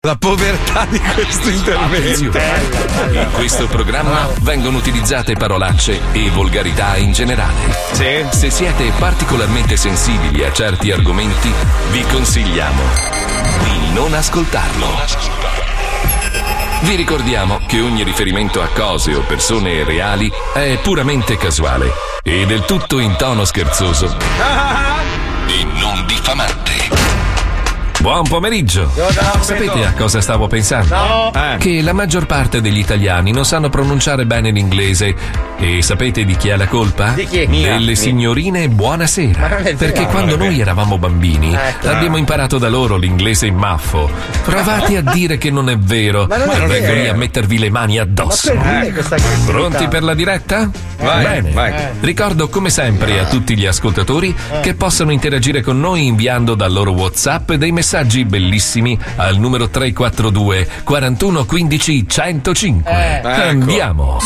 la povertà di questo intervento. In questo programma vengono utilizzate parolacce e volgarità in generale. Sì. Se siete particolarmente sensibili a certi argomenti, vi consigliamo di non ascoltarlo. Vi ricordiamo che ogni riferimento a cose o persone reali è puramente casuale e del tutto in tono scherzoso e non diffamante. Buon pomeriggio. Sapete a cosa stavo pensando? No. Che la maggior parte degli italiani non sanno pronunciare bene l'inglese. E sapete di chi è la colpa? Di chi? Delle signorine buonasera. Perché quando noi eravamo bambini abbiamo imparato da loro l'inglese in maffo. Provate a dire che non è vero. Vengo lì a mettervi le mani addosso. Pronti per la diretta? Bene. Ricordo come sempre a tutti gli ascoltatori che possono interagire con noi inviando dal loro WhatsApp dei messaggi bellissimi al numero 342 41 15 105. Andiamo.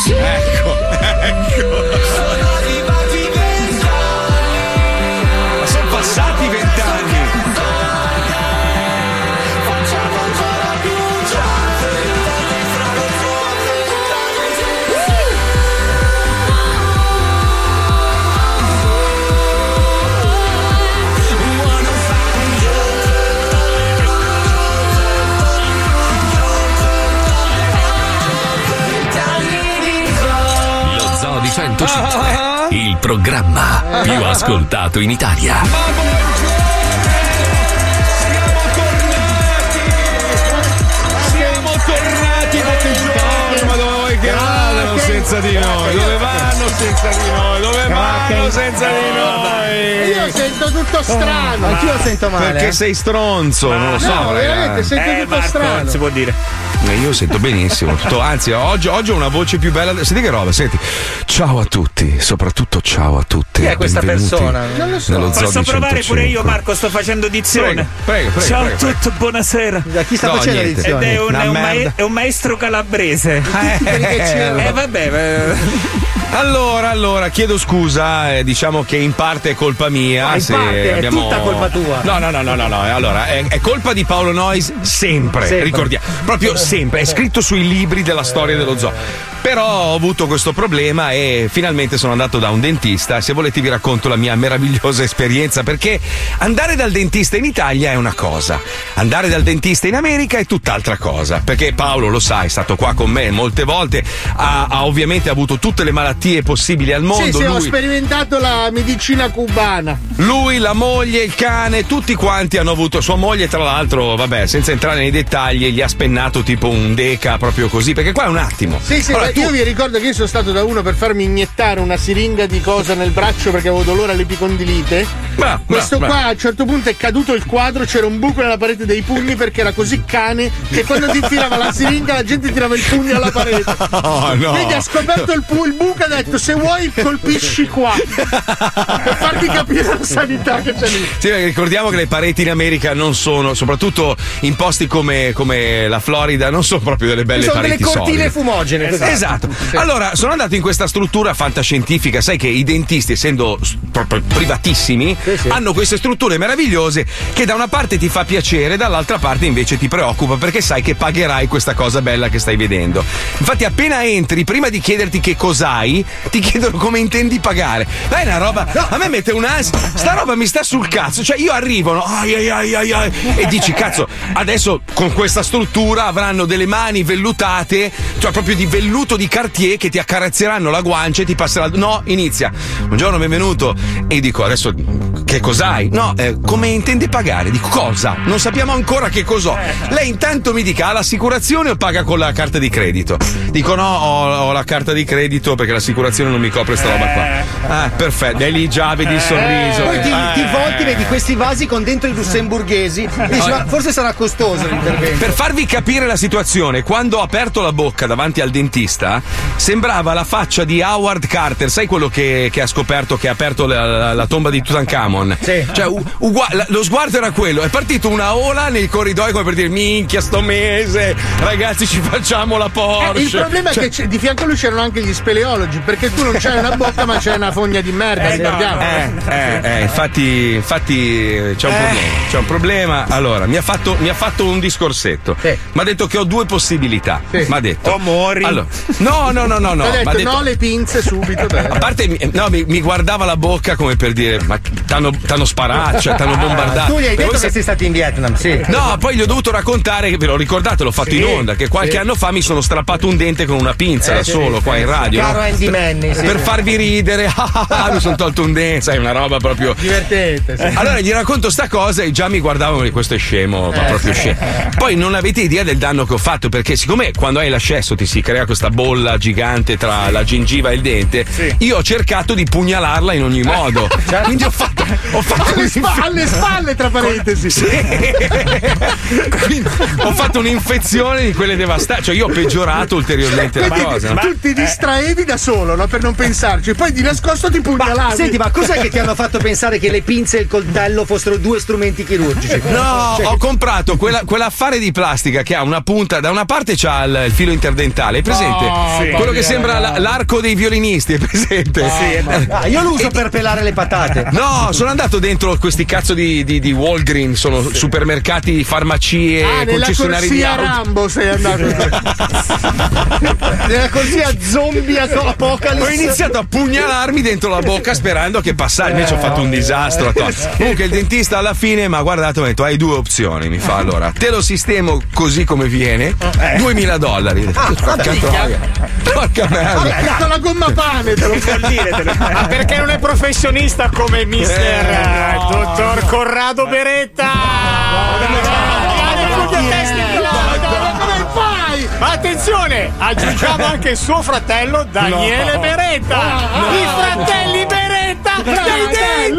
Ma sono passati 20 anni. Lo Zoo di 105, il programma più ascoltato in Italia. Siamo tornati ma dove vuoi che vadano senza di noi? Dove vanno senza di noi? Dove vanno senza di noi? Io sento tutto strano. Anch'io sento male. Perché sei stronzo, non lo so. No, veramente sento tutto Marco, strano. non si può dire. Io sento benissimo. Anzi, oggi ho una voce più bella. Senti che roba, senti. Ciao a tutti, soprattutto ciao a tutte. Chi è questa persona? Non lo so. Posso provare pure io, Marco? Sto facendo dizione. Prego. Ciao a tutti, buonasera. Da chi sta No, facendo niente. Ed l'edizione? è un maestro calabrese. Vabbè. Allora, chiedo scusa, diciamo che in parte è colpa mia. In parte, è tutta colpa tua. No. Allora, è colpa di Paolo Noyes sempre. Ricordiamo. Proprio sempre. È scritto sui libri della storia dello zoo. Però ho avuto questo problema e finalmente sono andato da un dentista. Se volete vi racconto la mia meravigliosa esperienza, perché andare dal dentista in Italia è una cosa, andare dal dentista in America è tutt'altra cosa, perché Paolo lo sa, è stato qua con me molte volte, ha ovviamente avuto tutte le malattie possibili al mondo. Sì, ho sperimentato la medicina cubana. Lui, la moglie, il cane, tutti quanti hanno avuto. Sua moglie, tra l'altro, vabbè, senza entrare nei dettagli, gli ha spennato tipo un deca proprio così, perché qua è un attimo. Sì, Allora, io vi ricordo che io sono stato da uno per farmi iniettare una siringa di cosa nel braccio perché avevo dolore all'epicondilite. Questo qua a un certo punto è caduto il quadro, c'era un buco nella parete dei pugni perché era così cane che quando ti tirava la siringa la gente tirava il pugno alla parete. Quindi ha scoperto il buco e ha detto: se vuoi colpisci qua, per farti capire la sanità che c'è lì. Sì, ricordiamo che le pareti in America non sono, soprattutto in posti come la Florida, non sono proprio delle belle Sono pareti delle cortine solide. fumogene. Esatto. Allora, sono andato in questa struttura fantascientifica. Sai che i dentisti, essendo proprio privatissimi, hanno queste strutture meravigliose che da una parte ti fa piacere, dall'altra parte invece ti preoccupa perché sai che pagherai questa cosa bella che stai vedendo. Infatti, appena entri, prima di chiederti che cos'hai, ti chiedono come intendi pagare. Ma è una roba. No. A me mette un'ansia. Sta roba mi sta sul cazzo. Cioè, io arrivo, no? E dici, cazzo, adesso con questa struttura avranno delle mani vellutate, cioè proprio di velluto di Cartier, che ti accarezzeranno la guancia e ti passeranno. No, inizia. Buongiorno, benvenuto. E dico, adesso che cos'hai? No, come intende pagare? Dico, cosa? Non sappiamo ancora che cos'ho. Lei intanto mi dica, ha l'assicurazione o paga con la carta di credito? Dico, no, ho la carta di credito perché l'assicurazione non mi copre sta roba qua. Perfetto. E lì già vedi il sorriso. Poi ti volti, vedi questi vasi con dentro i lussemburghesi e dici, ma forse sarà costoso l'intervento. Per farvi capire la situazione, quando ho aperto la bocca davanti al dentista, sembrava la faccia di Howard Carter, sai quello che ha scoperto, che ha aperto la tomba di Tutankhamon? donna. Sì. Cioè, lo sguardo era quello. È partito una ola nei corridoi come per dire minchia sto mese, ragazzi ci facciamo la Porsche. Il problema è che di fianco a lui c'erano anche gli speleologi, perché tu non c'hai una bocca ma c'hai una fogna di merda, ricordiamo. Infatti c'è un problema. Allora, mi ha fatto un discorsetto. Sì. Mi ha detto che ho due possibilità. Sì. Mi ha detto. O muori. Allora, no. Ha detto, Detto, no, le pinze subito. a parte mi guardava la bocca come per dire ma t'hanno sparato, cioè t'hanno bombardato. Tu gli hai detto che sei stato in Vietnam, sì. No, poi gli ho dovuto raccontare che ve l'ho ricordato, l'ho fatto in onda, che qualche anno fa mi sono strappato un dente con una pinza da solo qua in radio. Caro Andy Manny, per farvi ridere, mi sono tolto un dente, sai, una roba proprio Divertente. Sì. Allora gli racconto sta cosa e già mi guardavano, questo è scemo, ma proprio scemo. Poi non avete idea del danno che ho fatto, perché siccome quando hai l'ascesso ti si crea questa bolla gigante tra la gengiva e il dente, io ho cercato di pugnalarla in ogni modo. Quindi ho fatto alle spalle tra parentesi. Quindi ho fatto un'infezione di quelle devastanti, cioè io ho peggiorato ulteriormente la cosa. Tu ti distraevi da solo, no? Per non pensarci, poi di nascosto ti pugnalavi. Senti, ma cos'è che ti hanno fatto pensare che le pinze e il coltello fossero due strumenti chirurgici? No, ho comprato quell'affare di plastica che ha una punta, da una parte c'ha il filo interdentale, è presente? Quello che sembra l'arco dei violinisti, è presente? Io lo uso per pelare le patate. No, sono andato dentro questi cazzo di Walgreens, sono supermercati, farmacie, nella concessionari di corsia auto. Rambo sei andato. Nella corsia zombie apocalypse. Ho iniziato a pugnalarmi dentro la bocca sperando che passasse, invece ho fatto un disastro. Comunque il dentista alla fine mi ha guardato e mi ha detto hai due opzioni, mi fa allora te lo sistemo così come viene, $2.000. Porca merda. Hai dato la gomma pane, te lo può dire. Ma perché non è professionista come mister dottor Corrado Beretta? Come fai? Ma attenzione, aggiungiamo anche il suo fratello Daniele Beretta. I fratelli Beretta dei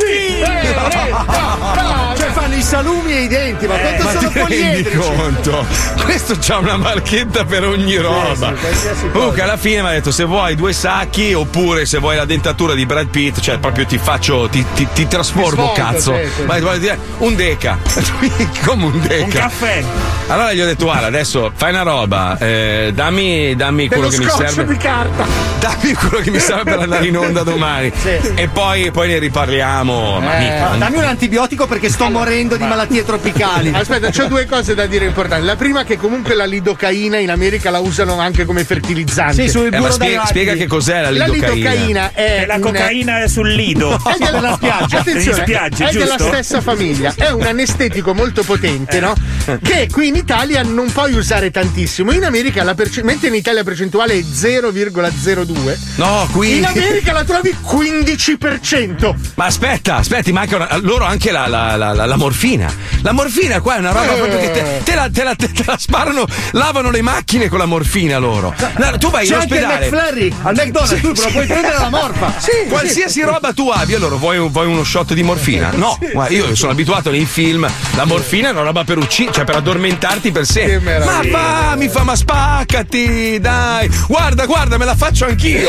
denti. Cioè fanno i salumi e i denti, ma quanto sono ti rendi poliedrici? conto? Questo c'ha una marchetta per ogni roba. Comunque alla fine mi ha detto se vuoi 2 sacchi oppure se vuoi la dentatura di Brad Pitt, cioè proprio ti trasformo, cazzo. Ma vuoi dire un deca. Come un deca? Un caffè. Allora gli ho detto guarda adesso fai una roba, dammi quello che mi serve di carta. dammi quello che mi serve per andare in onda domani e poi ne riparliamo. Dammi un antibiotico perché sto morendo di malattie tropicali. Aspetta, c'ho 2 cose da dire importanti. La prima è che comunque la lidocaina in America la usano anche come fertilizzante. Sì, sul burro spiega che cos'è la La lidocaina. lidocaina è la cocaina sul lido. È della spiaggia, attenzione, In spiaggia, è giusto? della stessa famiglia. È un anestetico molto potente, no? Che qui in Italia non puoi usare tantissimo. In America mentre in Italia la percentuale è 0,02. No, qui In America la trovi 15%. Ma aspetta, manca loro anche la morfina. La morfina qua è una roba proprio che te la sparano, lavano le macchine con la morfina loro. Tu vai in ospedale. C'è anche il McFlurry al McDonald's, tu però puoi prendere la morfa. Qualsiasi roba tu abbia, allora vuoi uno shot di morfina? No, guarda, io sono abituato nei film, la morfina è una roba per uccidere, cioè per addormentarti per sempre. Ma va, mi fa, ma spaccati, dai. Guarda, me la faccio anch'io.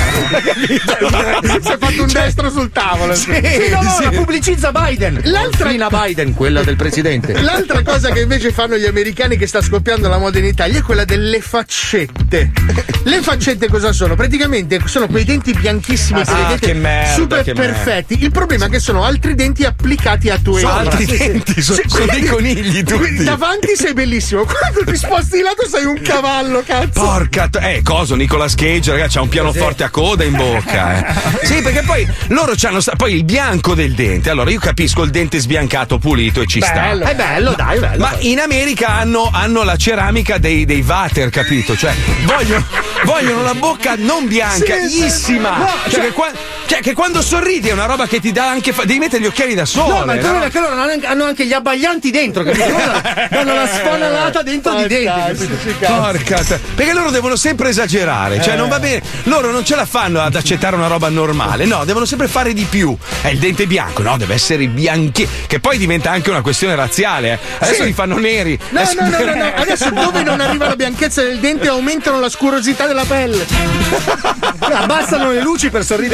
Si è fatto un destro sul tavolo. La pubblicizza Biden. L'altra Biden, quella del presidente. L'altra cosa che invece fanno gli americani che sta scoppiando la moda in Italia è quella delle faccette. Le faccette cosa sono? Praticamente sono quei denti bianchissimi che merda, super perfetti. Il problema è che sono altri denti applicati a tuoi denti, sono dei conigli tutti. Davanti sei bellissimo, quando ti sposti di lato sei un cavallo, cazzo. Porca coso, Nicolas Cage, ragazzi, c'ha un pianoforte a coda in bocca. Sì, perché poi loro c'hanno poi il bianco del dente. Allora io capisco il dente sbiancato, pulito e ci sta. È bello, dai, bello. Ma in America hanno la ceramica dei water, capito? Cioè vogliono la bocca non biancissima. No, cioè che quando sorridi è una roba che ti dà anche devi mettere gli occhiali da sole. No, ma il problema è che loro hanno anche gli abbaglianti dentro, capito? Danno la sfonalata dentro di denti. Porca, perché loro devono sempre esagerare, cioè non va bene, loro non ce la fanno ad accettare una roba normale, no, devono sempre fare di più. È il dente bianco, no, deve essere bianchi, che poi diventa anche una questione razziale. Adesso li fanno neri. No. Adesso dove non arriva la bianchezza del dente aumentano la scurosità della pelle. Abbassano le luci per sorridere meglio.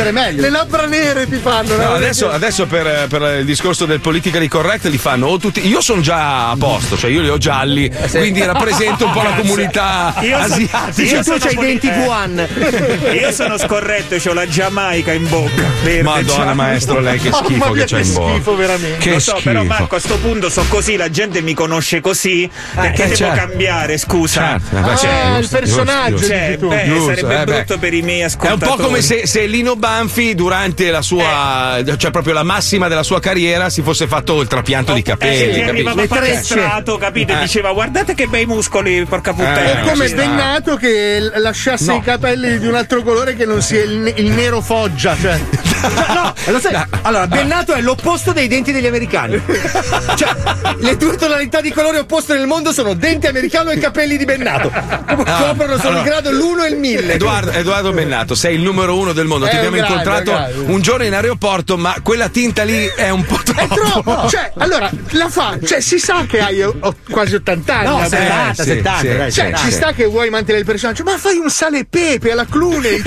Le labbra nere ti fanno. No, adesso per il discorso del politically correct li fanno o tutti. Io sono già a posto, cioè io li ho gialli, quindi rappresento un po' la comunità asiatica. Tu c'hai i denti Wuhan. Io sono scorretto, c'ho la Giamaica in bocca. Verde, Madonna maestro, lei che schifo che c'ha in bocca. Schifo veramente. Che lo so, schifo. però Marco a sto punto so così, la gente mi conosce così, perché devo cambiare, scusa. Certo, il personaggio. Sarebbe brutto per i miei ascoltatori. È un po' come se Lino Banfi durante la sua cioè proprio la massima della sua carriera si fosse fatto il trapianto di capelli, arrivava castrato, capito? Diceva guardate che bei muscoli, porca puttana. È come Bennato che lasciasse i capelli di un altro colore che non sia il nero Foggia, cioè. No, lo sai? Allora, Bennato è l'opposto dei denti degli americani. Cioè, le due tonalità di colore opposte nel mondo sono dente americano e capelli di Bennato. Coprono solo il grado l'1 e il 1000. Edoardo Bennato, sei il numero 1 del mondo. Ti abbiamo incontrato un giorno in aeroporto, ma quella tinta lì è un po' troppo. È troppo. Cioè, allora, la fa. Cioè, si sa che hai quasi 80 anni. No, 70. Ci sta che vuoi mantenere il personaggio, ma fai un sale e pepe alla Clooney.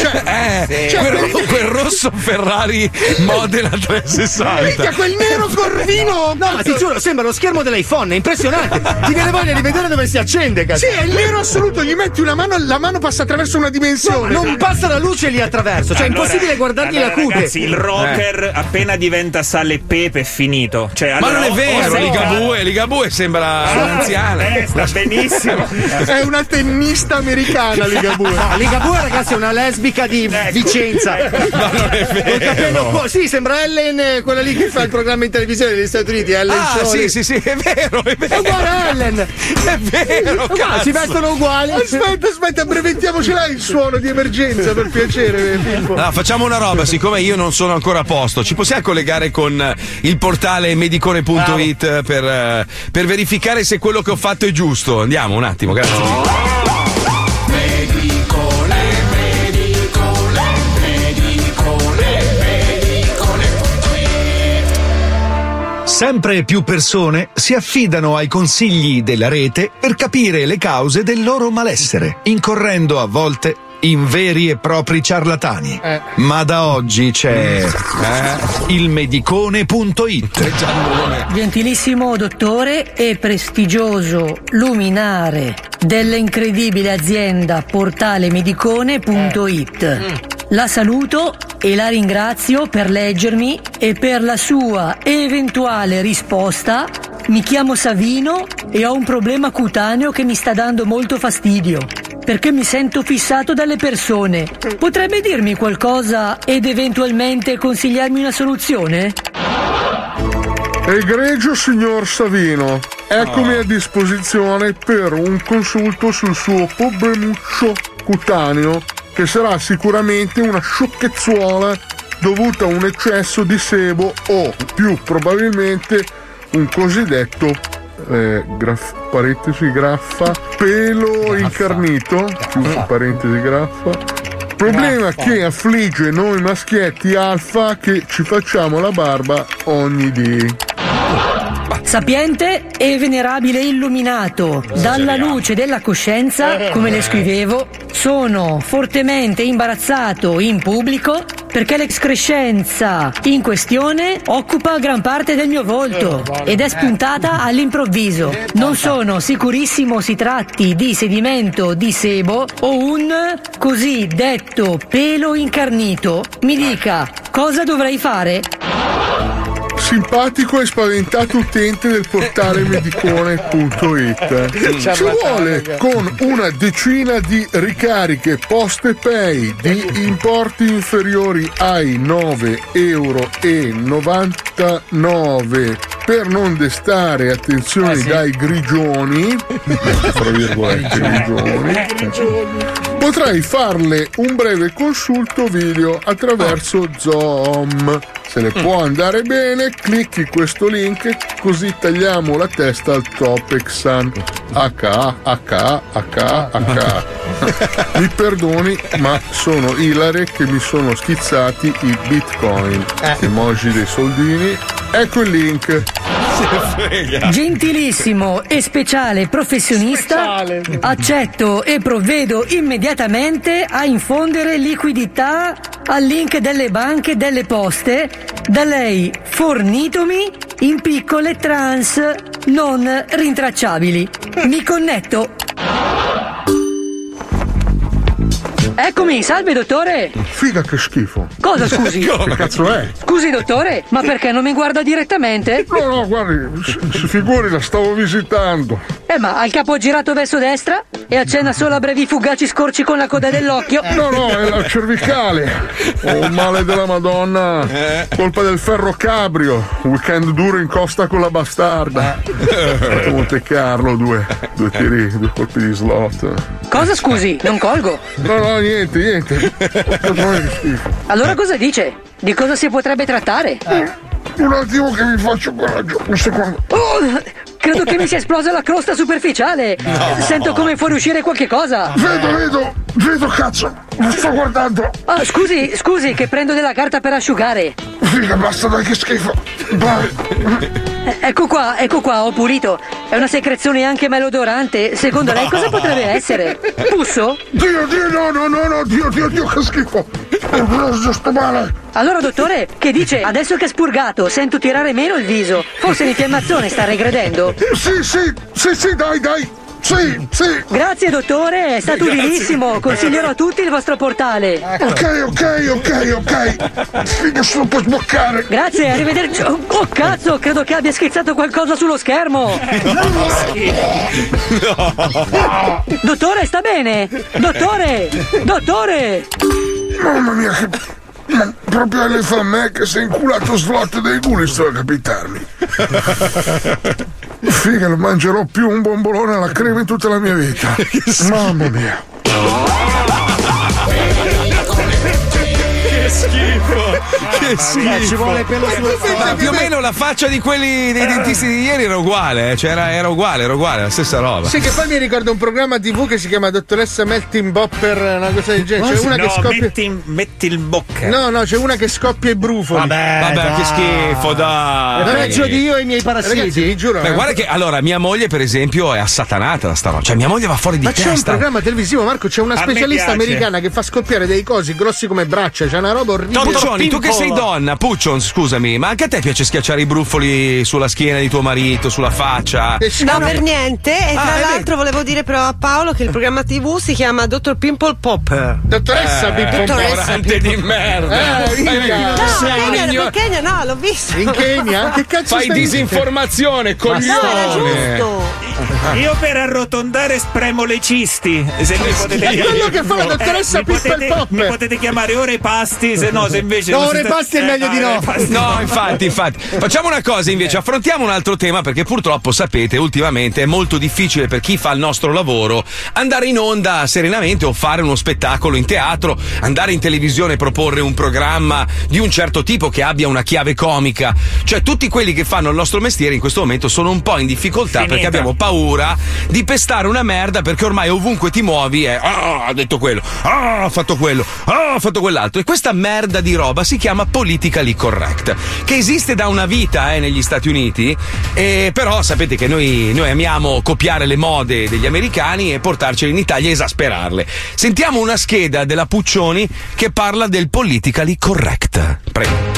Quel rosso Ferrari Modena 360. Minchia, quel nero corvino. No, ma ti giuro, sembra lo schermo dell'iPhone, è impressionante. Ti viene voglia di vedere dove si accende, cazzo. Sì, è il nero assoluto, gli metti una mano, la mano passa attraverso una dimensione. No, non passa la luce lì attraverso, cioè è impossibile guardargli la cute. Ragazzi, il rocker appena diventa sale e pepe è finito. Cioè, ma non è vero, Ligabue sembra un'anziana. Sta benissimo. È una tennista americana, Ligabue. No, Ligabue, ragazzi, è una lesbica di Vicenza. Ma non è vero. Sì, sembra Ellen, quella lì che fa il programma in televisione degli Stati Uniti. Ellen Show. Sì, è vero. È uguale a Ellen. È vero, cazzo. Si vestono uguali. Aspetta, brevettiamocela il suono di emergenza, per piacere, Pippo. No, facciamo una roba, siccome io non sono ancora a posto, ci possiamo collegare con il portale medicone.it per verificare se quello che ho fatto è giusto. Andiamo un attimo, grazie. Sempre più persone si affidano ai consigli della rete per capire le cause del loro malessere, incorrendo a volte in veri e propri ciarlatani. Ma da oggi c'è il medicone.it. Gentilissimo dottore e prestigioso luminare dell'incredibile azienda portale medicone.it. La saluto e la ringrazio per leggermi e per la sua eventuale risposta. Mi chiamo Savino e ho un problema cutaneo che mi sta dando molto fastidio, perché mi sento fissato dalle persone. Potrebbe dirmi qualcosa ed eventualmente consigliarmi una soluzione? Egregio signor Savino, eccomi a disposizione per un consulto sul suo problemuccio cutaneo, che sarà sicuramente una sciocchezzuola dovuta a un eccesso di sebo o, più probabilmente, un cosiddetto parentesi graffa, pelo incarnito, chiuso parentesi graffa, problema che affligge noi maschietti alfa che ci facciamo la barba ogni dì. Sapiente e venerabile illuminato dalla luce della coscienza, come le scrivevo, sono fortemente imbarazzato in pubblico perché l'escrescenza in questione occupa gran parte del mio volto ed è spuntata all'improvviso. Non sono sicurissimo si tratti di sedimento di sebo o un così detto pelo incarnito. Mi dica, cosa dovrei fare? Simpatico e spaventato utente del portale medicone.it. Ci vuole con una decina di ricariche poste pay di importi inferiori ai €9,99 per non destare attenzioni dai grigioni, tra virgolette grigioni, potrai farle un breve consulto video attraverso Zoom. Se ne può andare bene, clicchi questo link così tagliamo la testa al Topexan. H. Mi perdoni, ma sono ilare che mi sono schizzati i bitcoin. Emoji dei soldini. Ecco il link. Gentilissimo e speciale professionista, accetto e provvedo immediatamente a infondere liquidità al link delle banche e delle poste da lei fornitomi in piccole trance non rintracciabili. Mi connetto. Eccomi, salve dottore. Figa, che schifo. Cosa, scusi? Che cazzo è? Scusi dottore, ma perché non mi guarda direttamente? No, guardi, si figuri, la stavo visitando. Ma ha il capo girato verso destra e accenna solo a brevi fugaci scorci con la coda dell'occhio. No, è la cervicale. Oh, male della Madonna. Colpa del ferro cabrio. Weekend duro in costa con la bastarda. Monte Carlo, due tiri, 2 colpi di slot. Cosa, scusi? Non colgo. No, niente. Allora cosa dice? Di cosa si potrebbe trattare? Un attimo che mi faccio coraggio, un secondo. Credo che mi sia esplosa la crosta superficiale. No. Sento come fuoriuscire qualche cosa. Vedo, cazzo. Sto guardando. Scusi, che prendo della carta per asciugare. Figa, basta, dai, che schifo. Vai. Ecco qua, ho pulito. È una secrezione anche malodorante. Secondo lei cosa potrebbe essere? Pusso? Dio, Dio, che schifo. Sto male. Allora, dottore, che dice? Adesso che è spurgato, sento tirare meno il viso. Forse l'infiammazione sta regredendo. Sì, dai. Sì. Grazie, dottore, è stato utilissimo. Consiglierò a tutti il vostro portale. Ok. Figa, se lo puoi sboccare. Grazie, arrivederci. Oh, cazzo, credo che abbia schizzato qualcosa sullo schermo. No. Dottore, sta bene? Dottore! Mamma mia, ma proprio le fa a me che sei inculato slot dei guli, sto a capitarmi. Figa, non mangerò più un bombolone alla crema in tutta la mia vita. Mamma mia. Che schifo. Ci vuole pelo sulle Ma più o meno la faccia di quelli dei dentisti di ieri era uguale, era uguale, la stessa roba. Sì, che poi mi ricordo un programma TV che si chiama Dottoressa Melting Bopper, una cosa del genere. C'è una che scoppia. Metti il bocca. No, c'è una che scoppia i brufoli. Vabbè, che schifo, dai. È peggio di io e i miei parassiti. Ragazzi, vi giuro. Guarda che allora mia moglie, per esempio, è assatanata da sta roba. Cioè, mia moglie va fuori di testa. Ma c'è un programma televisivo, Marco, c'è una specialista americana che fa scoppiare dei cosi grossi come braccia, c'è una roba orribile. Puccioni, tu che sei donna, Puccion, scusami, ma anche a te piace schiacciare i brufoli sulla schiena di tuo marito, sulla faccia? No, per niente. E tra l'altro volevo dire però a Paolo che il programma TV si chiama Dr. Pimple Popper. Dottoressa Pimple Ignorante di merda. In Kenya no, l'ho visto. In Kenya? Che cazzo fai disinformazione, coglione. No, era giusto. Io per arrotondare spremo le cisti. Se mi potete è quello che fa la dottoressa Pimple Popper. Mi potete chiamare ore pasti, se invece ore pasti è meglio di no. No, infatti. Facciamo una cosa invece, affrontiamo un altro tema, perché purtroppo sapete, ultimamente è molto difficile per chi fa il nostro lavoro andare in onda serenamente o fare uno spettacolo in teatro, andare in televisione e proporre un programma di un certo tipo che abbia una chiave comica. Cioè tutti quelli che fanno il nostro mestiere in questo momento sono un po' in difficoltà perché abbiamo paura di pestare una merda, perché ormai ovunque ti muovi è ha detto quello, ha fatto quello, ha fatto quell'altro, e questa merda di roba si chiama politically correct, che esiste da una vita negli Stati Uniti, però sapete che noi amiamo copiare le mode degli americani e portarcele in Italia e esasperarle. Sentiamo una scheda della Puccioni che parla del politically correct. Prego.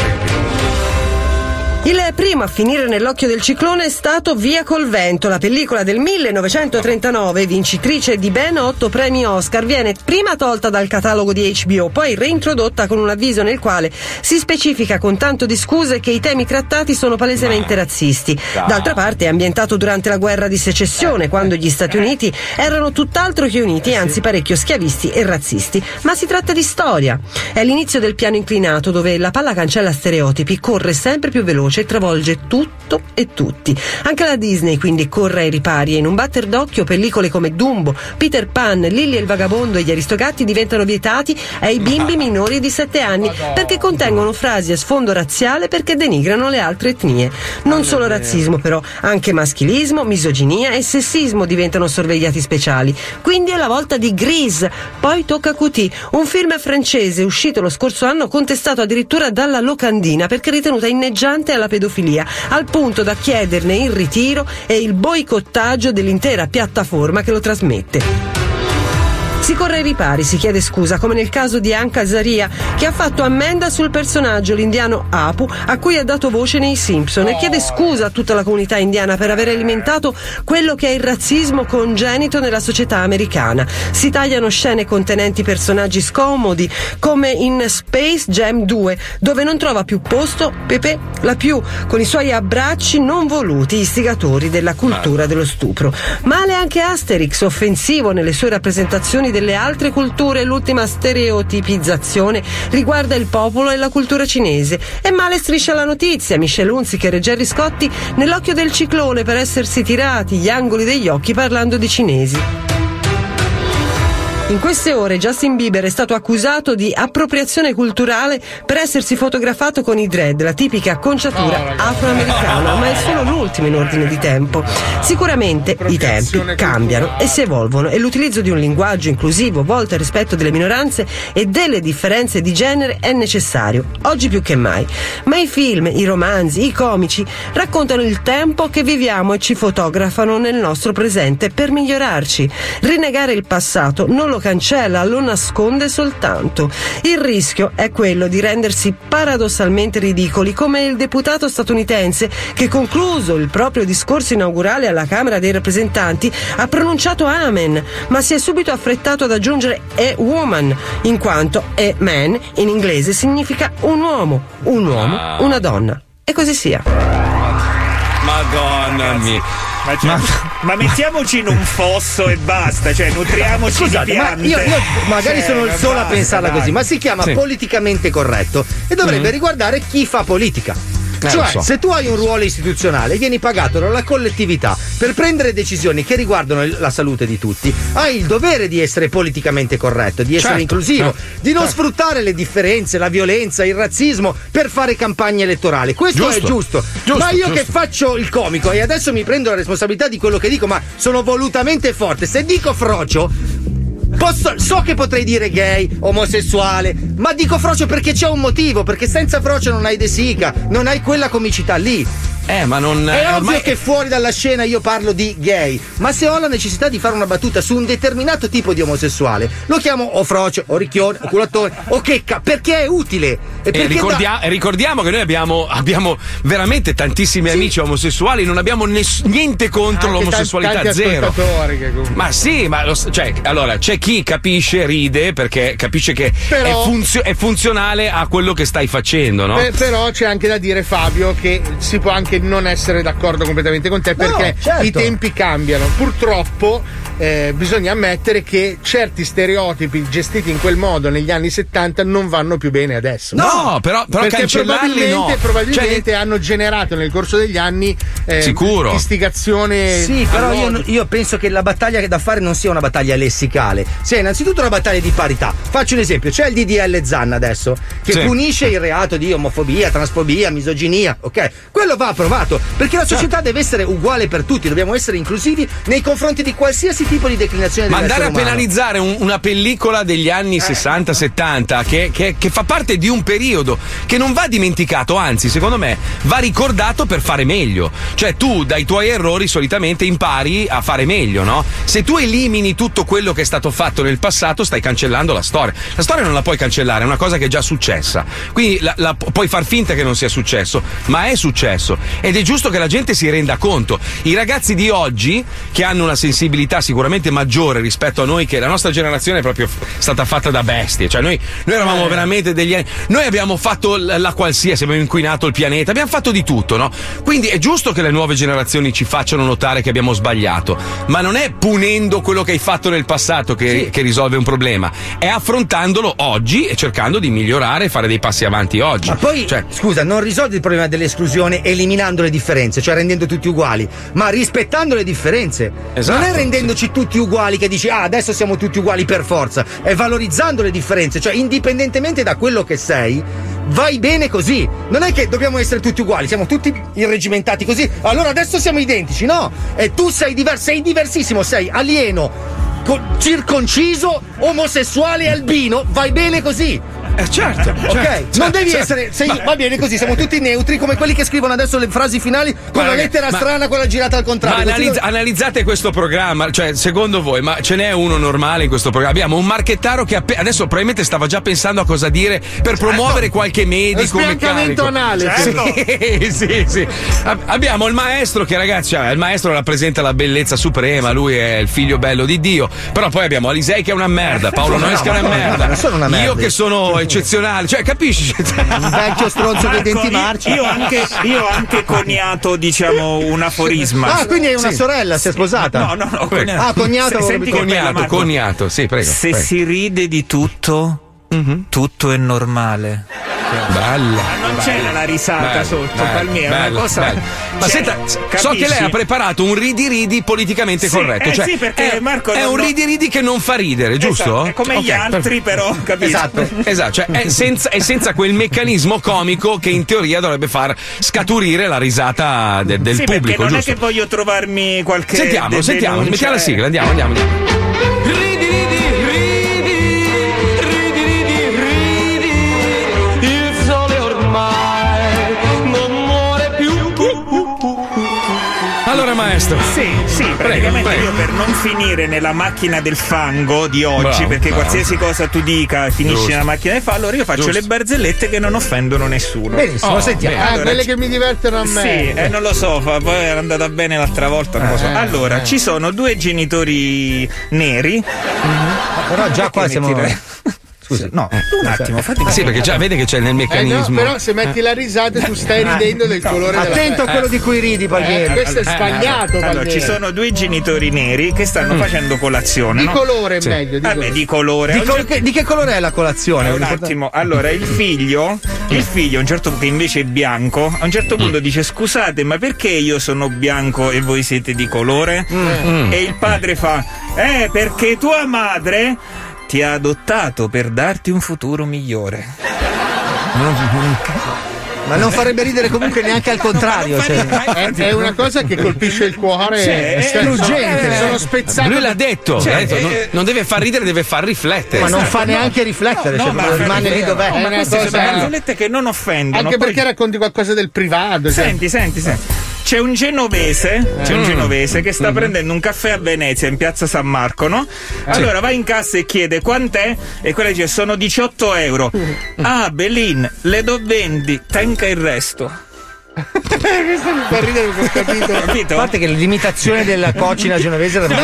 Il primo a finire nell'occhio del ciclone è stato Via col vento, la pellicola del 1939, vincitrice di ben 8 premi Oscar. Viene prima tolta dal catalogo di HBO, poi reintrodotta con un avviso nel quale si specifica con tanto di scuse che i temi trattati sono palesemente razzisti. D'altra parte è ambientato durante la guerra di secessione, quando gli Stati Uniti erano tutt'altro che uniti, anzi parecchio schiavisti e razzisti. Ma si tratta di storia. È l'inizio del piano inclinato, dove la palla cancella stereotipi, corre sempre più veloce e travolge tutto e tutti. Anche la Disney quindi corre ai ripari e in un batter d'occhio pellicole come Dumbo, Peter Pan, Lily e il vagabondo e gli Aristogatti diventano vietati ai bimbi minori di 7 anni perché contengono frasi a sfondo razziale, perché denigrano le altre etnie. Non solo razzismo però, anche maschilismo, misoginia e sessismo diventano sorvegliati speciali. Quindi è la volta di Grease. Poi tocca QT, un film francese uscito lo scorso anno, contestato addirittura dalla locandina perché ritenuta inneggiante alla pedofilia, al punto da chiederne il ritiro e il boicottaggio dell'intera piattaforma che lo trasmette. Si corre ai ripari, si chiede scusa, come nel caso di Hank Azaria, che ha fatto ammenda sul personaggio, l'indiano Apu, a cui ha dato voce nei Simpson, e chiede scusa a tutta la comunità indiana per aver alimentato quello che è il razzismo congenito nella società americana. Si tagliano scene contenenti personaggi scomodi, come in Space Jam 2, dove non trova più posto Pepe la Pew, con i suoi abbracci non voluti, istigatori della cultura dello stupro. Male anche Asterix, offensivo nelle sue rappresentazioni delle altre culture. L'ultima stereotipizzazione riguarda il popolo e la cultura cinese. E male Striscia la Notizia, Michelle Hunziker e Gerry Scotti nell'occhio del ciclone per essersi tirati gli angoli degli occhi parlando di cinesi. In queste ore Justin Bieber è stato accusato di appropriazione culturale per essersi fotografato con i dread, la tipica acconciatura afroamericana, ma è solo l'ultimo in ordine di tempo. Sicuramente i tempi cambiano e si evolvono, e l'utilizzo di un linguaggio inclusivo volto al rispetto delle minoranze e delle differenze di genere è necessario, oggi più che mai. Ma i film, i romanzi, i comici raccontano il tempo che viviamo e ci fotografano nel nostro presente per migliorarci. Rinnegare il passato non lo cancella, lo nasconde soltanto. Il rischio è quello di rendersi paradossalmente ridicoli, come il deputato statunitense che, concluso il proprio discorso inaugurale alla Camera dei Rappresentanti, ha pronunciato amen, ma si è subito affrettato ad aggiungere a woman, in quanto a man in inglese significa un uomo, una donna. E così sia. Madonna mia. Ma mettiamoci in un fosso e basta, cioè nutriamoci di piante. Io magari sono il solo a pensarla così, ma si chiama politicamente corretto e dovrebbe riguardare chi fa politica. Cioè, se tu hai un ruolo istituzionale, vieni pagato dalla collettività per prendere decisioni che riguardano la salute di tutti, hai il dovere di essere politicamente corretto, di essere inclusivo, di non sfruttare le differenze, la violenza, il razzismo per fare campagna elettorale. Questo è giusto. Ma io che faccio il comico e adesso mi prendo la responsabilità di quello che dico, ma sono volutamente forte. Se dico frocio, so che potrei dire gay, omosessuale, ma dico frocio perché c'è un motivo, perché senza frocio non hai De Sica, non hai quella comicità lì. Ma non è ovvio che fuori dalla scena io parlo di gay, ma se ho la necessità di fare una battuta su un determinato tipo di omosessuale, lo chiamo o frocio, o ricchione, o culattone, o checca, perché è utile. E ricordiamo che noi abbiamo veramente tantissimi amici omosessuali, non abbiamo niente contro l'omosessualità, zero. Ma sì, allora c'è chi capisce, ride perché capisce che è funzionale a quello che stai facendo, no? Però c'è anche da dire, Fabio, che si può anche non essere d'accordo completamente con te, perché i tempi cambiano. Purtroppo bisogna ammettere che certi stereotipi gestiti in quel modo negli anni 70 non vanno più bene adesso. No, però perché cancellarli probabilmente hanno generato nel corso degli anni sicuro istigazione. Sì, però io penso che la battaglia da fare non sia una battaglia lessicale, sia innanzitutto una battaglia di parità. Faccio un esempio: c'è il DDL Zan adesso che punisce il reato di omofobia, transfobia, misoginia, ok? Quello va approvato, perché la società deve essere uguale per tutti, dobbiamo essere inclusivi nei confronti di qualsiasi tipo di declinazione dell'essere umano. Ma andare a penalizzare una pellicola degli anni 60-70 che fa parte di un periodo che non va dimenticato, anzi secondo me va ricordato per fare meglio. Cioè tu dai tuoi errori solitamente impari a fare meglio, no? Se tu elimini tutto quello che è stato fatto nel passato, stai cancellando la storia. La storia non la puoi cancellare, è una cosa che è già successa, quindi puoi far finta che non sia successo, ma è successo. Ed è giusto che la gente si renda conto. I ragazzi di oggi, che hanno una sensibilità sicuramente maggiore rispetto a noi, che la nostra generazione è proprio stata fatta da bestie, cioè noi eravamo veramente noi abbiamo fatto la qualsiasi, abbiamo inquinato il pianeta, abbiamo fatto di tutto, no? Quindi è giusto che le nuove generazioni ci facciano notare che abbiamo sbagliato, ma non è punendo quello che hai fatto nel passato che risolve un problema, è affrontandolo oggi e cercando di migliorare e fare dei passi avanti oggi. Ma poi, scusa, non risolvi il problema dell'esclusione eliminando le differenze, cioè rendendo tutti uguali, ma rispettando le differenze. Esatto, non è rendendoci tutti uguali che dici adesso siamo tutti uguali per forza, è valorizzando le differenze, cioè indipendentemente da quello che sei vai bene così. Non è che dobbiamo essere tutti uguali, siamo tutti irregimentati così, allora adesso siamo identici, no? E tu sei diversissimo, sei alieno, circonciso, omosessuale e albino, vai bene così. Certo. Ok, non devi essere. Va bene così, siamo tutti neutri come quelli che scrivono adesso le frasi finali con la lettera strana, quella girata al contrario. Ma analizzate questo programma, cioè secondo voi, ma ce n'è uno normale in questo programma? Abbiamo un marchettaro che adesso probabilmente stava già pensando a cosa dire per promuovere qualche medico, meccanico. Anale. Sì. Abbiamo il maestro che, ragazzi, il maestro rappresenta la bellezza suprema, lui è il figlio bello di Dio, però poi abbiamo Alisei che è una merda, Paolo Noyes che è una merda, io che sono eccezionale, cioè capisci? Un vecchio stronzo con i denti marci. Io ho anche coniato, diciamo, un aforisma. Ah, quindi è una sorella, si è sposata? No, cognato. Ah, cognato. Senti cognato, sì, prego. Se si ride di tutto, tutto è normale. Bella. Non c'era la risata sotto, Palmieri, è una cosa. Ma senta, so che lei ha preparato un ridi politicamente corretto. Cioè, sì, perché Marco è un ridi che non fa ridere, giusto? È come gli altri, però, capito? Esatto, cioè è senza quel meccanismo comico che in teoria dovrebbe far scaturire la risata del pubblico. Perché non giusto? È che voglio trovarmi qualche. Sentiamo, mettiamo la sigla, andiamo. Allora maestro. Sì, praticamente io per non finire nella macchina del fango di oggi, perché qualsiasi cosa tu dica finisci nella macchina del fango, allora io faccio le barzellette che non offendono nessuno. Benissimo, sentiamo. Allora, quelle che mi divertono a me. Sì, non lo so, poi era andata bene l'altra volta, non lo so. Allora, ci sono due genitori neri. Però già qua siamo. Scusa, no, un attimo, fate. Sì, perché già vede che c'è nel meccanismo. No, però se metti la risata tu stai ridendo del colore della Attento a quello di cui ridi, Palmieri. Questo è sbagliato. Allora, ci sono due genitori neri che stanno facendo colazione. Di colore è meglio. Di colore. Di che colore è la colazione? Un attimo. Allora, il figlio, a un certo punto, che invece è bianco, a un certo punto dice: scusate, ma perché io sono bianco e voi siete di colore? E il padre fa: perché tua madre ti ha adottato per darti un futuro migliore. Ma non farebbe ridere comunque neanche al contrario. È una cosa che colpisce il cuore. È struggente. Sono spezzato. Lui l'ha detto. Non deve far ridere, deve far riflettere. Ma non fa neanche riflettere. Ma rimane lì dov'è. Ma queste sono barzellette che non offendono. Anche perché racconti qualcosa del privato. Senti. C'è un genovese che sta prendendo un caffè a Venezia in piazza San Marco, no? Allora va in cassa e chiede quant'è e quella dice sono 18 euro. Ah, Belin, le do 20, tenga il resto. Questo mi fa ridere, ho capito. A parte che l'imitazione della cocina genovese era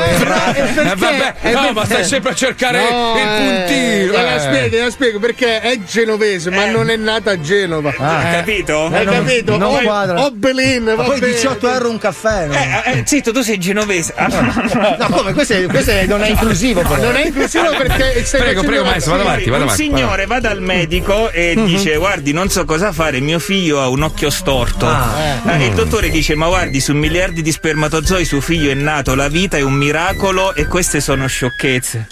ma stai sempre a cercare il puntino. La spiego perché è genovese, ma non è nata a Genova. Capito? Hai capito? Non Belin, ma poi 18 euro un caffè, no? Zitto, tu sei genovese. No, come? Questo non è inclusivo. Non è inclusivo perché prego maestro, vada avanti. Un signore va dal medico e dice: guardi, non so cosa fare, mio figlio ha un occhio storto. E il dottore dice: ma guardi, su miliardi di spermatozoi suo figlio è nato, la vita è un miracolo e queste sono sciocchezze.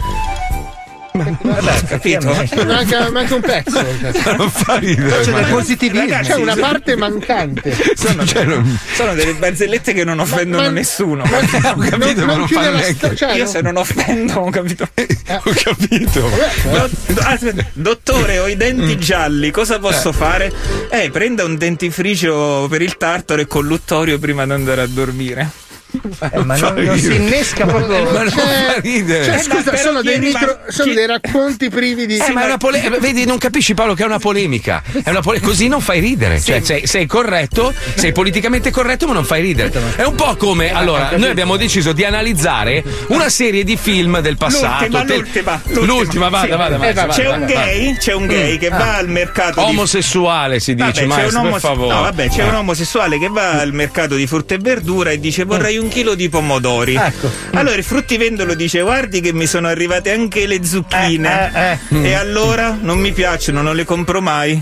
Vabbè, capito? Manca un pezzo. Non fa ridere. C'è del positivismo. C'è una parte mancante. Sono delle barzellette che non offendono nessuno. Ho capito, ma non fa neanche. Io se non offendo, ho capito. Ho capito. Dottore, ho i denti gialli, cosa posso fare? Prenda un dentifricio per il tartaro e colluttorio prima di andare a dormire. Ma non si innesca proprio. Ma non fa ridere. Scusa, sono dei racconti privi di. Ma è una vedi, non capisci, Paolo, che è una polemica. Così non fai ridere. Cioè, sei corretto, sei politicamente corretto, ma non fai ridere. È un po' come. Allora, noi abbiamo deciso di analizzare una serie di film del passato. L'ultima, vada. C'è un gay che va al mercato. Omosessuale si dice, maestro, per favore. No, vabbè, c'è un omosessuale che va al mercato di frutta e verdura e dice: vorrei un chilo di pomodori. Allora il fruttivendolo dice: guardi che mi sono arrivate anche le zucchine. E allora non mi piacciono, non le compro mai.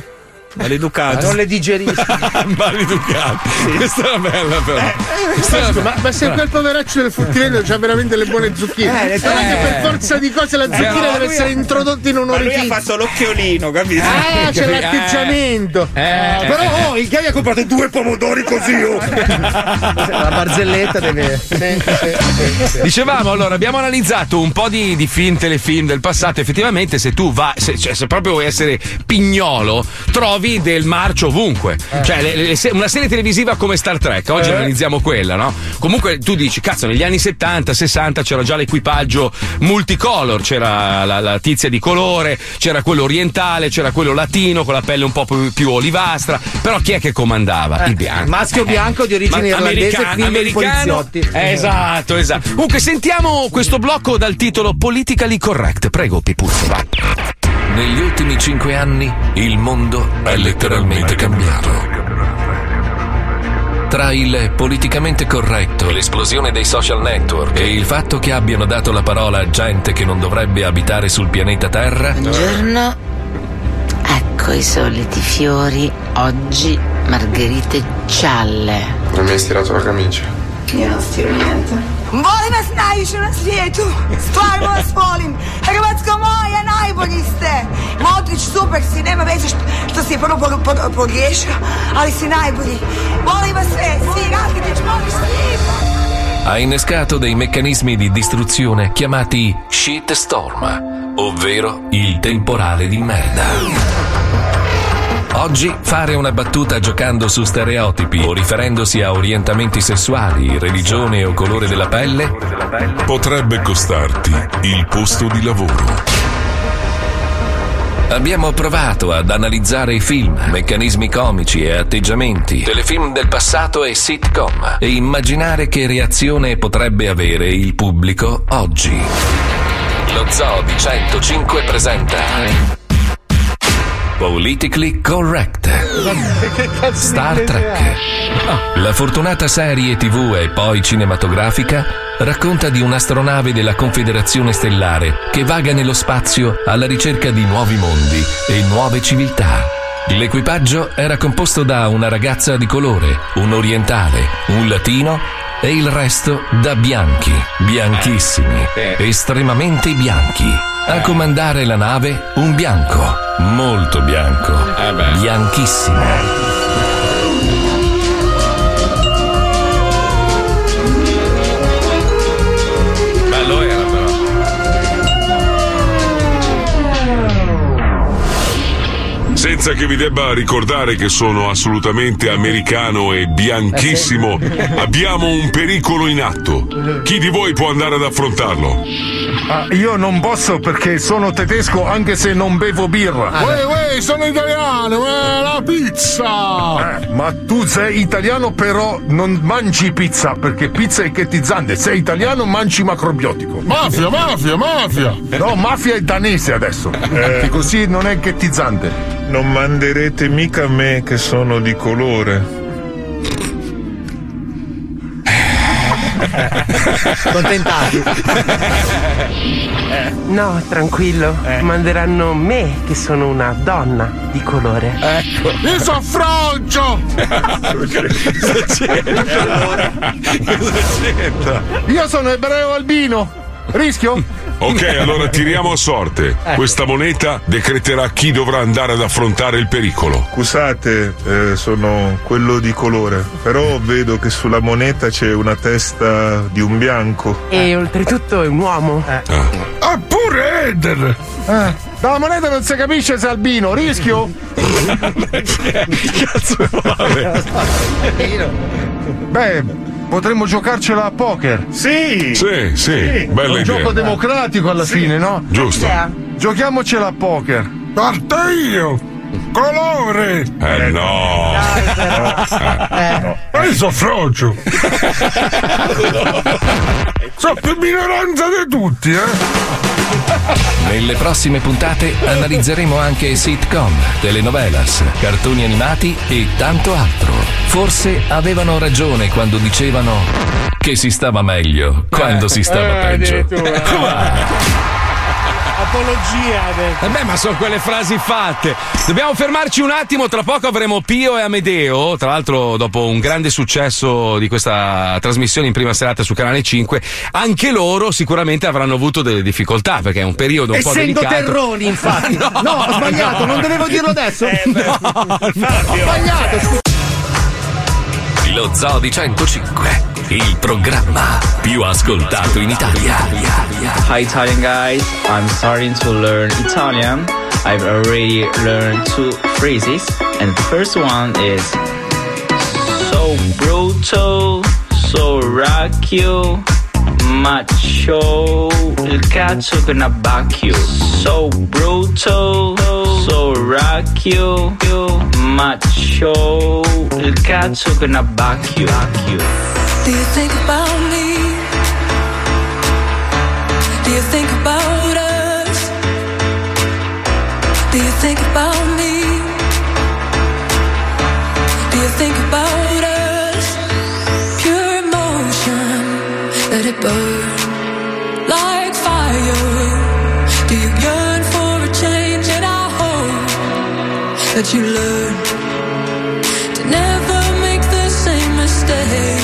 Maleducato. Non le digerisci. Maleducato. Sì. Questa era bella, però. Ma se quel poveraccio del fruttivendolo c'ha veramente le buone zucchine, non è che per forza di cose la zucchina deve essere introdotta in un orifizio. Lui ha fatto l'occhiolino, capito? C'è l'atteggiamento. Però il Gavi ha comprato 2 pomodori così. La barzelletta deve. Dicevamo, allora, abbiamo analizzato un po' di film, telefilm del passato. Effettivamente, se tu vai, se proprio vuoi essere pignolo, trovi del marcio ovunque. Cioè, una serie televisiva come Star Trek, oggi analizziamo quella, no? Comunque tu dici, cazzo, negli anni 70, 60 c'era già l'equipaggio multicolor, c'era la tizia di colore, c'era quello orientale, c'era quello latino con la pelle un po' più olivastra. Però chi è che comandava? Il bianco. Maschio bianco di origine irlandese, figlio di poliziotti. Esatto. Comunque sentiamo questo blocco dal titolo Politically Correct. Prego, Pipuzzo, vai. Negli ultimi 5 anni il mondo è letteralmente cambiato. Tra il politicamente corretto, l'esplosione dei social network e il fatto che abbiano dato la parola a gente che non dovrebbe abitare sul pianeta Terra. Buongiorno. Ecco i soliti fiori. Oggi margherite gialle. Non mi hai stirato la camicia. Io non stiro niente. Volim vas najviše na svijetu, stvarno vas volim. Hrvatsko moja, najbolji ste. Modrić, super si, nema veze što si je prvo pogriješio, ali si najbolji. Volim vas sve, si, Rakitić, voliš svi. Ha innescato dei meccanismi di distruzione chiamati shitstorm, ovvero il temporale di merda. Oggi fare una battuta giocando su stereotipi o riferendosi a orientamenti sessuali, religione o colore della pelle potrebbe costarti il posto di lavoro. Abbiamo provato ad analizzare film, meccanismi comici e atteggiamenti, telefilm del passato e sitcom e immaginare che reazione potrebbe avere il pubblico oggi. Lo Zoo di 105 presenta Politically Correct. Star Trek. La fortunata serie TV e poi cinematografica racconta di un'astronave della Confederazione Stellare che vaga nello spazio alla ricerca di nuovi mondi e nuove civiltà. L'equipaggio era composto da una ragazza di colore, un orientale, un latino e il resto da bianchi, bianchissimi, estremamente bianchi. A comandare la nave un bianco, molto bianco, bianchissimo. Bello era però. Senza che vi debba ricordare che sono assolutamente americano e bianchissimo, abbiamo un pericolo in atto. Chi di voi può andare ad affrontarlo? Io non posso perché sono tedesco anche se non bevo birra. Uè, sono italiano, la pizza! Ma tu sei italiano però non mangi pizza perché pizza è ghettizzante. Sei italiano mangi macrobiotico. Mafia! No, mafia è danese adesso. Che così non è ghettizzante. Non manderete mica me che sono di colore. Contentati. No, tranquillo. Manderanno me che sono una donna di colore. Ecco. Io sono Froggio. Cosa c'entra? Io sono ebreo albino. Rischio? Ok, allora tiriamo a sorte. Questa moneta decreterà chi dovrà andare ad affrontare il pericolo. Scusate, sono quello di colore, però vedo che sulla moneta c'è una testa di un bianco. E oltretutto è un uomo. Pure Eder! Dalla moneta non si capisce se è albino. Rischio? Che cazzo vuole? Beh, potremmo giocarcela a poker. Sì, bella un idea. gioco democratico alla fine, no? Giusto. Giochiamocela a poker. Parte io! Colore! No! Io sono Froggio! Sono più minoranza di tutti, Nelle prossime puntate analizzeremo anche sitcom, telenovelas, cartoni animati e tanto altro. Forse avevano ragione quando dicevano che si stava meglio quando si stava peggio. apologia. Beh, ma sono quelle frasi fatte. Dobbiamo fermarci un attimo, tra poco avremo Pio e Amedeo, tra l'altro dopo un grande successo di questa trasmissione in prima serata su Canale 5, anche loro sicuramente avranno avuto delle difficoltà perché è un periodo un po' delicato. Essendo terroni, infatti. No, ho sbagliato, non dovevo dirlo adesso. No, ho sbagliato. Lo Zoo di 105, il programma più ascoltato in Italia. Hi Italian guys, I'm starting to learn Italian. I've already learned 2 phrases, and the first one is so brutal, so racchio, macho, il cazzo che ne bacchio. So brutal, so racchio, macho, il cazzo che ne bacchio. Do you think about me? Do you think about us? Do you think about me? Do you think about us? Pure emotion, let it burn like fire. Do you yearn for a change? And I hope that you learn to never make the same mistake.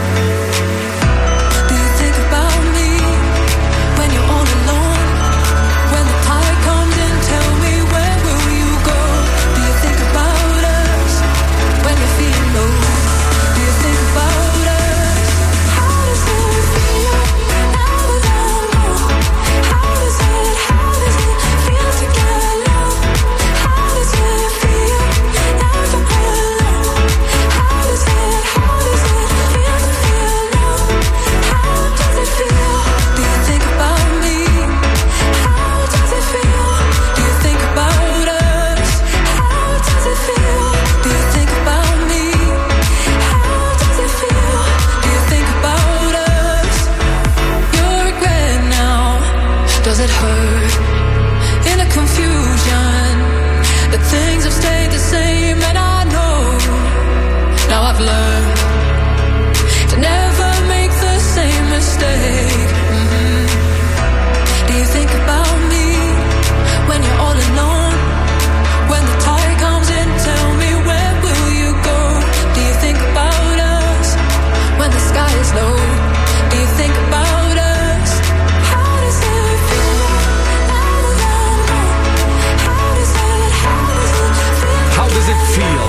Does it hurt in a confusion that things have stayed the same? And I know now I've learned to never make the same mistake. Do you think about me when you're all alone? When the tide comes in, tell me where will you go? Do you think about us when the sky is low? Do you think about us? How does it feel?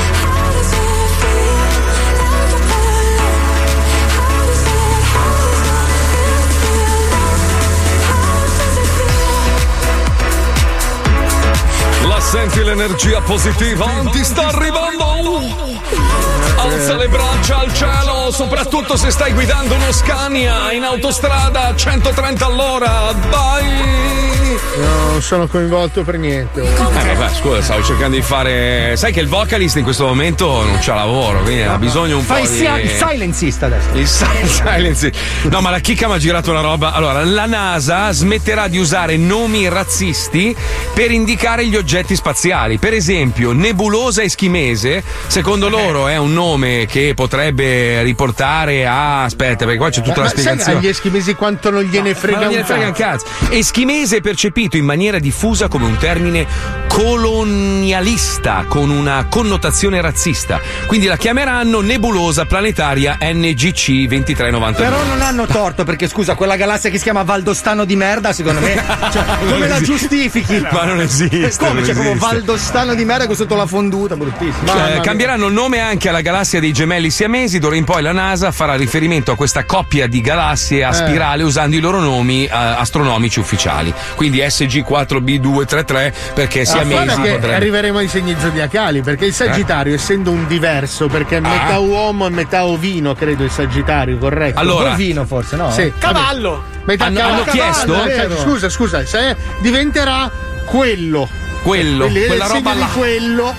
La senti l'energia positiva? Ti sta arrivando! Alza le braccia al cielo, soprattutto se stai guidando uno Scania in autostrada a 130 all'ora. Vai! No, non sono coinvolto per niente. Beh, scusa, stavo cercando di fare. Sai che il vocalist in questo momento non c'ha lavoro, quindi ha bisogno un po' di. Fai il silencista adesso. Il silencista. No, ma la chicca mi ha girato una roba. Allora, la NASA smetterà di usare nomi razzisti per indicare gli oggetti spaziali. Per esempio, nebulosa eschimese, secondo loro è un nome che potrebbe riportare a. Aspetta, perché qua c'è tutta la spiegazione. Sai agli eschimesi quanto non gliene frega un cazzo. Eschimese è percepito in maniera diffusa come un termine colonialista con una connotazione razzista, quindi la chiameranno nebulosa planetaria NGC 2392. Però non hanno torto, perché scusa, quella galassia che si chiama Valdostano di merda, secondo me, cioè, come la giustifichi? Ma non esiste. Come c'è proprio Valdostano di merda con sotto la fonduta, bruttissimo. Cambieranno il nome anche alla galassia dei gemelli siamesi. D'ora in poi la NASA farà riferimento a questa coppia di galassie a spirale usando i loro nomi astronomici ufficiali, quindi SG4B233, perché siamesi potrebbe. Arriveremo ai segni zodiacali, perché il Sagittario, essendo un diverso, perché è metà uomo e metà ovino, credo il Sagittario, corretto? Allora, ovino forse, no? Sì. Cavallo. Hanno chiesto? Scusa, diventerà quella roba là. Di quello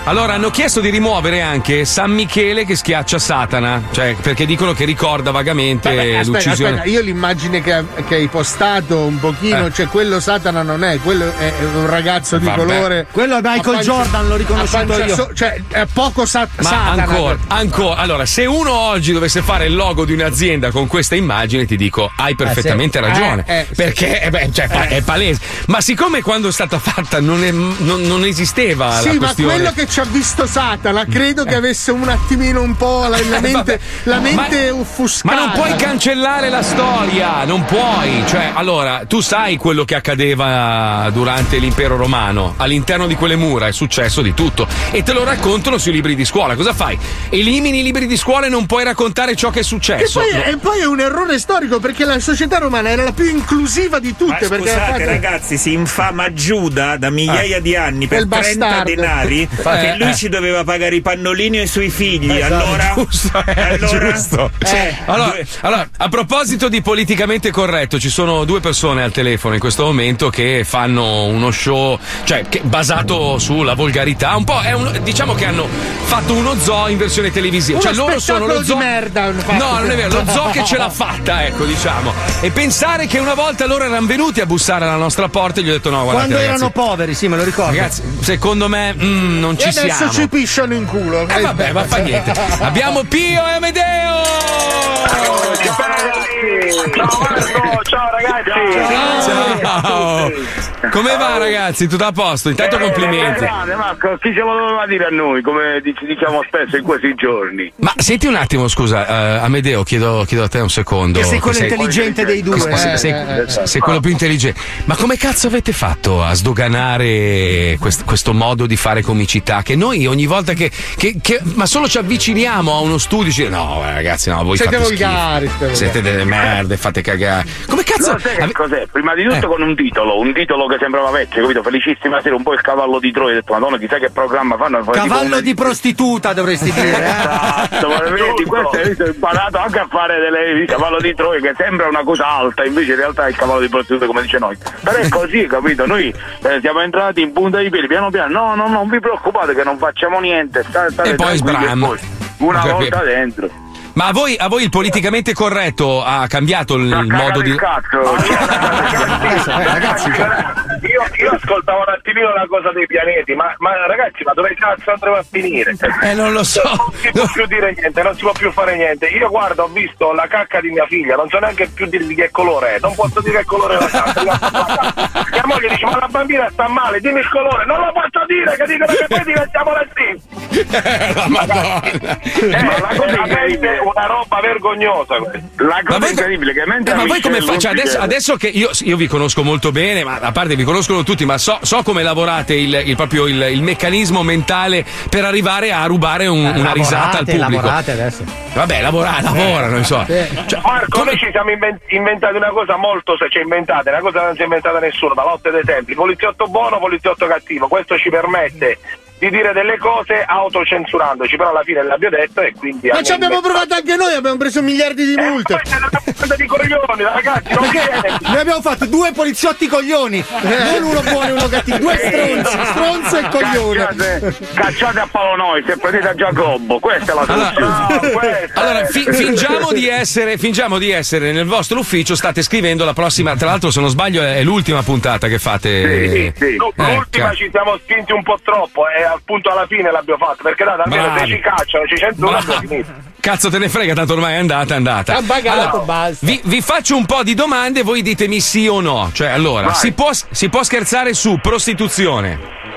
Allora hanno chiesto di rimuovere anche San Michele che schiaccia Satana, cioè perché dicono che ricorda vagamente l'uccisione. Aspetta, io l'immagine che hai postato un pochino, cioè quello Satana non è, quello è un ragazzo di colore. Quello è Michael Jordan, l'ho riconosciuto io. Cioè è poco Satana. Ancora. Allora, se uno oggi dovesse fare il logo di un'azienda con questa immagine, ti dico, hai perfettamente ragione. Perché è palese. Ma siccome quando è stata fatta non esisteva la questione. Sì, ma quello che ci ha visto Satana credo che avesse un attimino un po' la mente offuscata. Ma non puoi cancellare la storia, non puoi. Cioè, allora, tu sai quello che accadeva durante l'impero romano. All'interno di quelle mura è successo di tutto e te lo raccontano sui libri di scuola. Cosa fai? Elimini i libri di scuola e non puoi raccontare ciò che è successo. E poi è un errore storico, perché la società romana era la più inclusiva di tutte. Ma scusate, ragazzi, si infama Giuda da migliaia di anni per 30 denari che lui ci doveva pagare i pannolini ai suoi figli. Allora, giusto. Allora, a proposito di politicamente corretto, ci sono due persone al telefono in questo momento che fanno uno show, cioè basato sulla volgarità. Un po' diciamo che hanno fatto uno zoo in versione televisiva. Uno cioè loro sono lo zoo di merda. No, non è vero, lo zoo che ce l'ha fatta, ecco, diciamo. E pensare che una volta loro erano venuti a bussare alla nostra porta e gli ho detto no, guardate, quando ragazzi, erano poveri, sì, me lo ricordo. Ragazzi, secondo me non ci siamo. E adesso ci pisciano in culo. Vabbè, ma fa niente. Abbiamo Pio e Amedeo! Ciao Marco, ciao ragazzi! Ciao! Come va, ragazzi? Tutto a posto? Intanto complimenti. Grande, Marco, chi ce lo doveva dire a noi, come diciamo spesso in questi giorni? Ma senti un attimo, scusa, Amedeo, chiedo a te un secondo. Che sei quello intelligente dei due. Sei quello più intelligente. Ma come cazzo avete fatto a sdoganare questo modo di fare comicità? Che noi ogni volta che ma solo ci avviciniamo a uno studio no, ragazzi, no, voi siete fate volgari. Siete delle merde, fate cagare. Come cazzo? No, sai che cos'è? Prima di tutto con un titolo che sembrava vecchio, capito? Felicissima sera, un po' il cavallo di Troia. Ho detto, madonna, chissà che programma fanno. Cavallo di prostituta dovresti dire. Esatto, ma vedi, questo ho imparato anche a fare il cavallo di Troia, che sembra una cosa alta, invece in realtà è il cavallo di prostituta, come dice noi. Però è così, capito? Noi siamo entrati in punta di piedi, piano piano. No, non vi preoccupate che non facciamo niente. E poi sbram. Una volta dentro. Ma a voi il politicamente corretto ha cambiato il modo di. Ragazzi, io ascoltavo un attimino la cosa dei pianeti, ma ragazzi, ma dove cazzo andremo a finire? Non lo so. Non si può più dire niente, non si può più fare niente. Io guarda, ho visto la cacca di mia figlia, non so neanche più dirgli che colore è, non posso dire che colore è la cacca. Mia moglie dice, ma la bambina sta male, dimmi il colore, non lo posso dire, che dicono che poi diventiamo razzisti. La Madonna. Ma la cosa è una roba vergognosa. La cosa incredibile che mentre ma voi come fate? Adesso che io vi conosco molto bene, ma a parte vi conoscono tutti, ma so come lavorate proprio il meccanismo mentale per arrivare a rubare una risata al pubblico. Lavorate adesso. Vabbè, lavorano, insomma. Cioè, Marco, noi ci siamo inventati una cosa molto una cosa che non si è inventata nessuno, da lotte dei tempi. Poliziotto buono, poliziotto cattivo. Questo ci permette di dire delle cose autocensurandoci, però alla fine l'abbiamo detto e quindi. Ma ci abbiamo provato anche noi, abbiamo preso miliardi di multe. Di coglioni, ragazzi, non viene. Noi abbiamo fatto 2 poliziotti coglioni, non uno buono e uno cattivo, 2 stronzo e coglione. Cacciate a palo noi, se prendete a Giacobbo, questa è la soluzione. Allora, fingiamo di essere nel vostro ufficio, state scrivendo la prossima, tra l'altro se non sbaglio è l'ultima puntata che fate. Sì. L'ultima ci siamo spinti un po' troppo e appunto alla fine l'abbiamo fatto, perché almeno se ci cacciano, ci censurano, finito. Cazzo te ne frega, tanto ormai è andata. Ha bagato, basta. Vi faccio un po' di domande, voi ditemi sì o no. Cioè, allora, si può scherzare su prostituzione?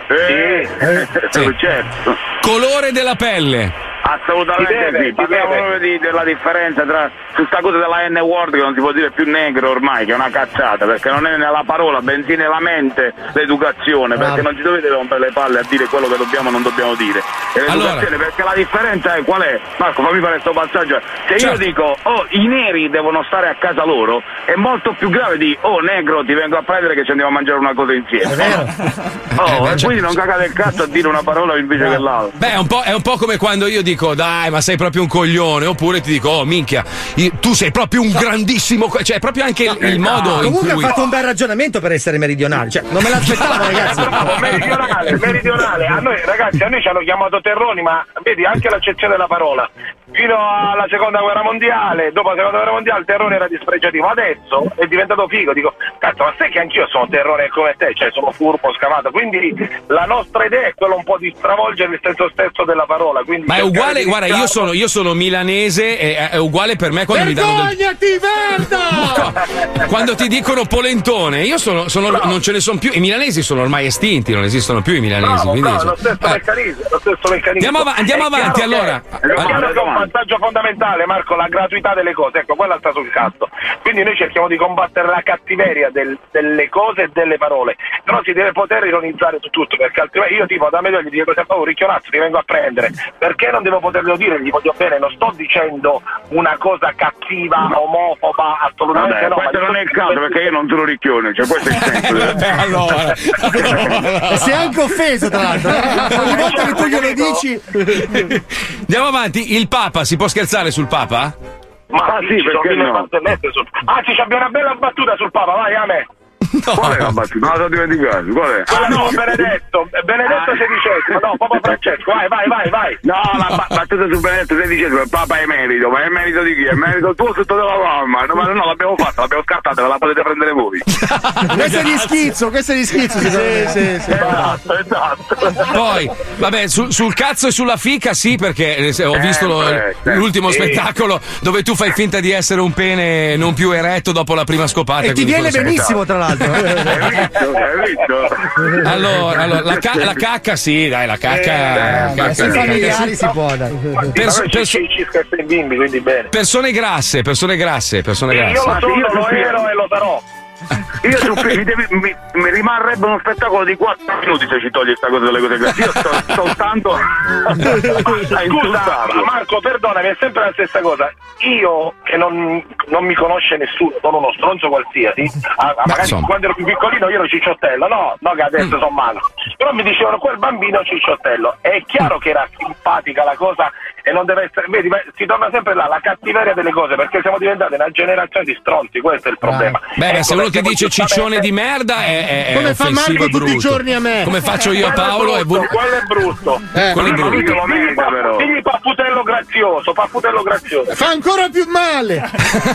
Sì. Certo. Colore della pelle? Assolutamente sì, parliamo proprio della differenza tra su sta cosa della N-word, che non si può dire più negro ormai, che è una cazzata, perché non è nella parola, bensì nella mente l'educazione, perché non ci dovete rompere le palle a dire quello che dobbiamo o non dobbiamo dire. E l'educazione, perché la differenza è qual è? Marco, fammi fare questo passaggio. Se io dico, i neri devono stare a casa loro, è molto più grave di, negro, ti vengo a prendere che ci andiamo a mangiare una cosa insieme. È vero. E quindi non cagate il cazzo a dire una parola invece che l'altra. Beh, è un po' come quando io dico dico dai, ma sei proprio un coglione, oppure ti dico oh minchia, tu sei proprio un grandissimo, cioè proprio anche il modo comunque in cui ha fatto un bel ragionamento per essere meridionale, cioè non me l'aspettavo ragazzi. Bravo, meridionale. A noi ci hanno chiamato terroni, ma vedi anche l'accezione della parola. Fino alla seconda guerra mondiale, dopo la seconda guerra mondiale il terrone era dispregiativo, adesso è diventato figo, dico cazzo, ma sai che anch'io sono terrone come te, cioè sono furbo, scavato, quindi la nostra idea è quella un po' di stravolgere il senso stesso della parola, quindi ma è uguale, guarda, io sono milanese, è uguale per me quando mi danno Vergognati, quando ti dicono polentone, io sono non ce ne sono più, i milanesi sono ormai estinti, non esistono più i milanesi, quindi lo stesso meccanismo. Andiamo avanti allora. È un vantaggio fondamentale, Marco, la gratuità delle cose, ecco, quella sta sul cazzo. Quindi noi cerchiamo di combattere la cattiveria delle cose e delle parole, però si deve poter ironizzare su tutto, perché altrimenti io tipo da me gli dico sempre un ricchionazzo, ti vengo a prendere, perché non devo poterlo dire, gli voglio bene, non sto dicendo una cosa cattiva, omofoba, assolutamente. Vabbè, no. Questo non è il caso, perché io non sono ricchione, cioè questo è il senso. allora. Sei anche offeso tra l'altro, ogni volta che tu glielo dici. Andiamo avanti, il Papa, si può scherzare sul Papa? Ma sì, perché no? Anzi, abbiamo una bella battuta sul Papa, vai a me. Qual è la battuta? No, l'ho dimenticato. Qual è? No, Benedetto XVI, no, Papa Francesco, vai. No, la battuta su Benedetto XVI, il Papa è emerito, ma è merito di chi? È merito tuo sotto della mamma. No, l'abbiamo fatta, l'abbiamo scattata, la potete prendere voi. Questo è di schizzo. Sì. Esatto. Poi, vabbè, sul cazzo e sulla fica sì, perché ho visto l'ultimo spettacolo dove tu fai finta di essere un pene non più eretto dopo la prima scopata. E ti viene benissimo, tra l'altro. Hai visto? Allora la cacca sì, dai, la cacca. Sui familiari si può, dai. Ci scherza in bimbi, quindi bene. Persone grasse. Io lo sono, lo ero e lo sarò. Io mi rimarrebbe uno spettacolo di 4 minuti se ci togli questa cosa delle cose grazie. Io sto soltanto a insultarlo. Marco, perdonami, è sempre la stessa cosa. Io che non mi conosce nessuno, sono uno stronzo qualsiasi. Magari quando ero più piccolino io ero cicciottello, no che adesso sono magro. Però mi dicevano quel bambino cicciottello. È chiaro che era simpatica la cosa e non deve essere. Vedi, si torna sempre là, la cattiveria delle cose, perché siamo diventati una generazione di stronzi, questo è il problema. Se uno ti dice ciccione di merda è come fa Marco tutti i giorni a me, come faccio io a Paolo, quello è brutto. Digli paffutello grazioso. Fa ancora più male.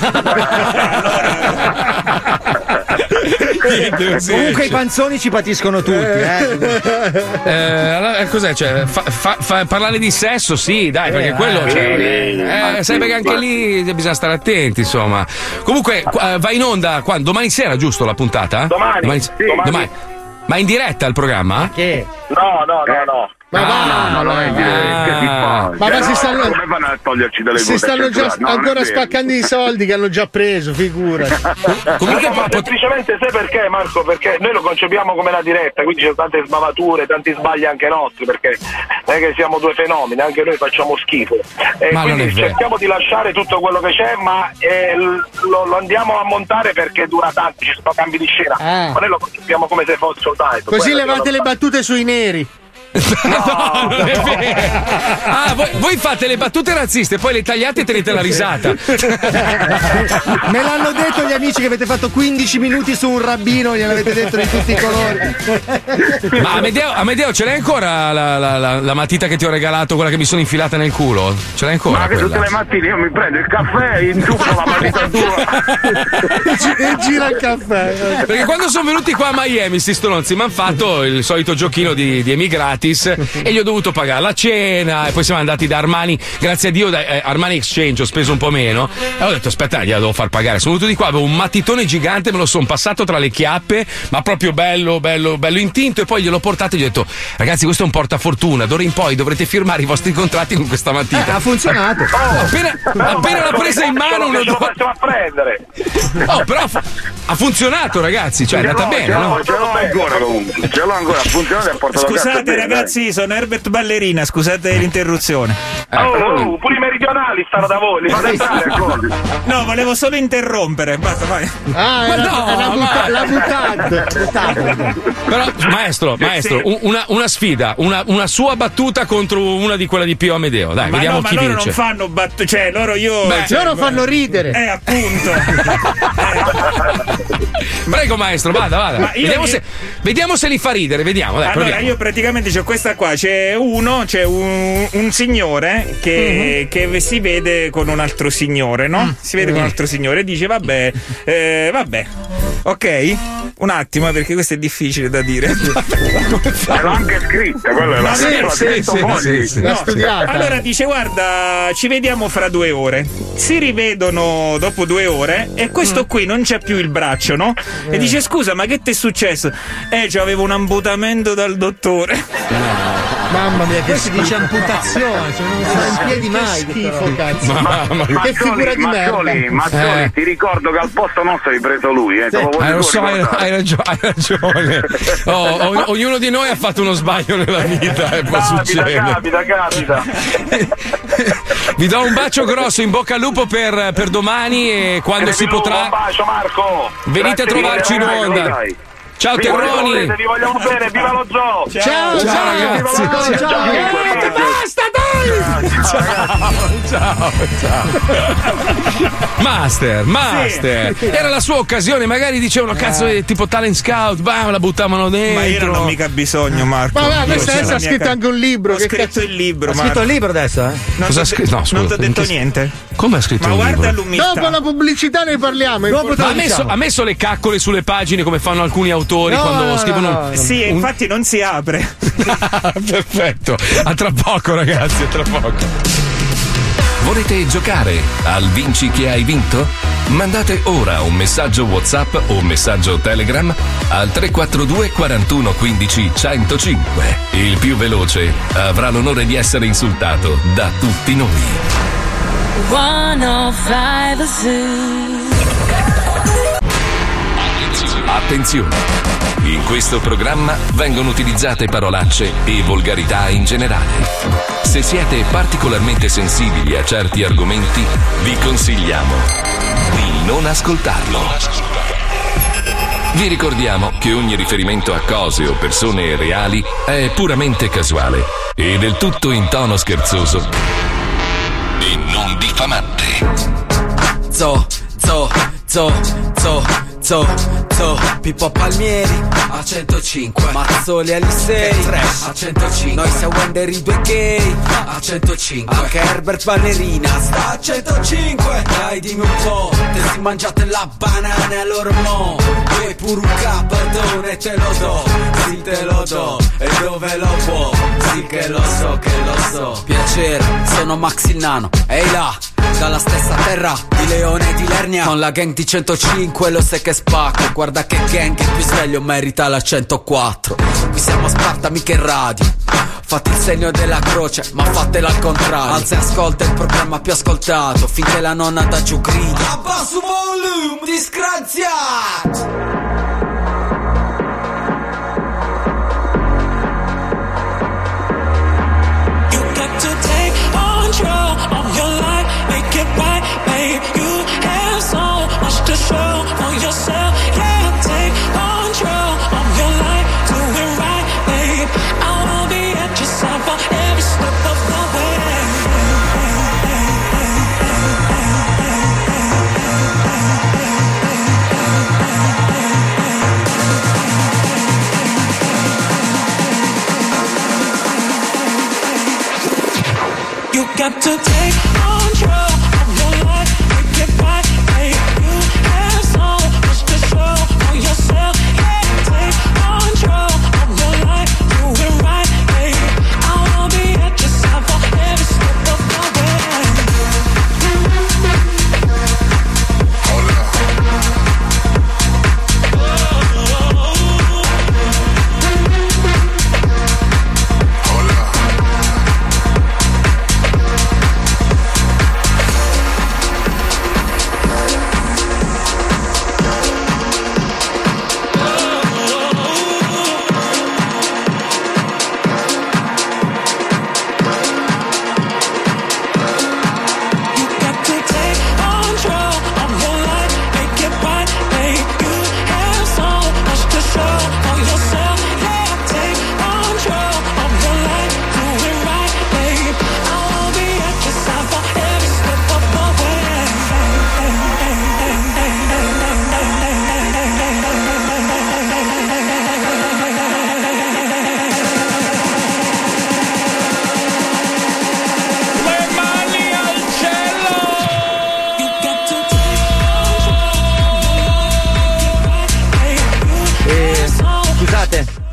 Comunque i panzoni ci patiscono tutti. Allora, cos'è? Cioè, parlare di sesso, sì, dai, perché quello. Sai, perché anche lì bisogna stare attenti, insomma. Comunque, va in onda domani sera, giusto la puntata? Domani. Ma in diretta il programma? Che? No. Ma si stanno come vanno a toglierci dalle cose? Si stanno già ancora spaccando i soldi che hanno già preso, figurati. Semplicemente sai perché, Marco? Perché noi lo concepiamo come una diretta, quindi c'è tante sbavature, tanti sbagli anche nostri, perché non è che siamo due fenomeni, anche noi facciamo schifo. Ma quindi cerchiamo di lasciare tutto quello che c'è, ma lo andiamo a montare perché dura tanto, ci sono cambi di scena. Ma noi lo concepiamo come se fosse un live. Così levate le battute sui neri. No, non è vero. Voi fate le battute razziste, poi le tagliate e tenete la risata. Me l'hanno detto gli amici che avete fatto 15 minuti su un rabbino, gliel'avete detto di tutti i colori. Ma Amedeo, ce l'hai ancora la matita che ti ho regalato, quella che mi sono infilata nel culo? Ce l'hai ancora? Ma che tutte le mattine io mi prendo il caffè e intuffo la matita tua e gira il caffè. Perché quando sono venuti qua a Miami sti stronzi mi hanno fatto il solito giochino di emigrati e gli ho dovuto pagare la cena e poi siamo andati da Armani, grazie a Dio da Armani Exchange ho speso un po' meno e ho detto aspetta, gliela devo far pagare. Sono venuto di qua, avevo un matitone gigante, me lo sono passato tra le chiappe, ma proprio bello intinto, e poi gliel'ho portato e gli ho detto ragazzi, questo è un portafortuna, d'ora in poi dovrete firmare i vostri contratti con questa matita. Ha funzionato. Appena l'ha presa in mano ce lo facciamo a prendere. però ha funzionato, ragazzi, cioè è andata bene, no? Ce l'ho ancora comunque, ce l'ho ancora, ha funzionato e ha portato a casa. Scusate ragazzi, sono Herbert Ballerina, scusate l'interruzione. Pure i meridionali stanno da voi, li fate entrare. No, volevo solo interrompere, basta, vai. La buttante. Però, maestro, una sfida, una sua battuta contro una di quella di Pio Amedeo. Dai, vediamo chi loro vince. Non fanno battute, cioè loro loro fanno ridere. Appunto. Prego, maestro, vada. Vediamo se li fa ridere, vediamo. Dai, allora, proviamo. io praticamente c'ho questa qua, c'è un signore che si vede con un altro signore, no? Si vede con un altro signore e dice vabbè, ok? Un attimo, perché questo è difficile da dire. L'ho anche scritta, quello è la studiata. Allora dice guarda, ci vediamo fra 2 ore. Si rivedono dopo 2 ore e questo qui non c'è più il braccio, no? E dice scusa, ma che ti è successo? C'avevo un amputamento dal dottore. Mamma mia, che si dice amputazione, cioè non sta in piedi mai. Che schifo, cazzo. Che figura di merda. Mazzoli, ti ricordo che al posto nostro hai preso lui, lo so, hai ragione. Ognuno di noi ha fatto uno sbaglio nella vita, può succedere. Capita. Vi do un bacio grosso, in bocca al lupo per domani e quando si potrà. Un bacio, Marco. Venite a trovarci in onda. Ciao Terroni. Vi vogliamo bene, viva lo zoo. Ciao ragazzi. Basta, dai. Ciao. Master. Era la sua occasione, magari dicevano cazzo tipo talent scout, la buttavano dentro. Ma io non ho mica bisogno, Marco. Ma adesso ha scritto anche un libro. Ho scritto il libro, Marco. Ha scritto il libro adesso, Cosa ha scritto? No, scusa. Non ti ho detto niente. Come ha scritto il libro? Ma guarda l'umiltà. Dopo la pubblicità ne parliamo. Ha messo le caccole sulle pagine come fanno alcuni autori quando scrivono. Sì, infatti non si apre. Perfetto. A tra poco, ragazzi, a tra poco. Volete giocare al Vinci che hai vinto? Mandate ora un messaggio WhatsApp o un messaggio Telegram al 342 41 15 105. Il più veloce avrà l'onore di essere insultato da tutti noi. 105 Attenzione! In questo programma vengono utilizzate parolacce e volgarità in generale. Se siete particolarmente sensibili a certi argomenti, vi consigliamo di non ascoltarlo. Vi ricordiamo che ogni riferimento a cose o persone reali è puramente casuale e del tutto in tono scherzoso e non diffamante. Pippo Palmieri a 105, Mazzoli Alisei a 105, noi siamo Wenderi 2 gay a 105, anche Herbert Ballerina sta a 105. Dai dimmi un po', te si mangiate la banana e allora mo vuoi pure un capatone, te lo do, sì te lo do, e dove lo può, sì che lo so, piacere, sono Max il Nano, ehi là, dalla stessa terra di Leone e di Lernia, con la gang di 105 lo sai che spacco, guarda che gang il più sveglio merita la 104. Qui siamo a Sparta, mica in radio, fate il segno della croce ma fatela al contrario, alza e ascolta il programma più ascoltato finché la nonna da giù grida abbasso volume, disgraziato. Control of your life, make it right, babe. You have so much to show for yourself. Yeah, take control of your life, do it right, babe. I wanna be at your side for every step of the way. You got to take control of your life, make it right, babe. You have so much to show for yourself. Yeah, take control of your life, do it right, babe. I wanna be at your side for every step of the way.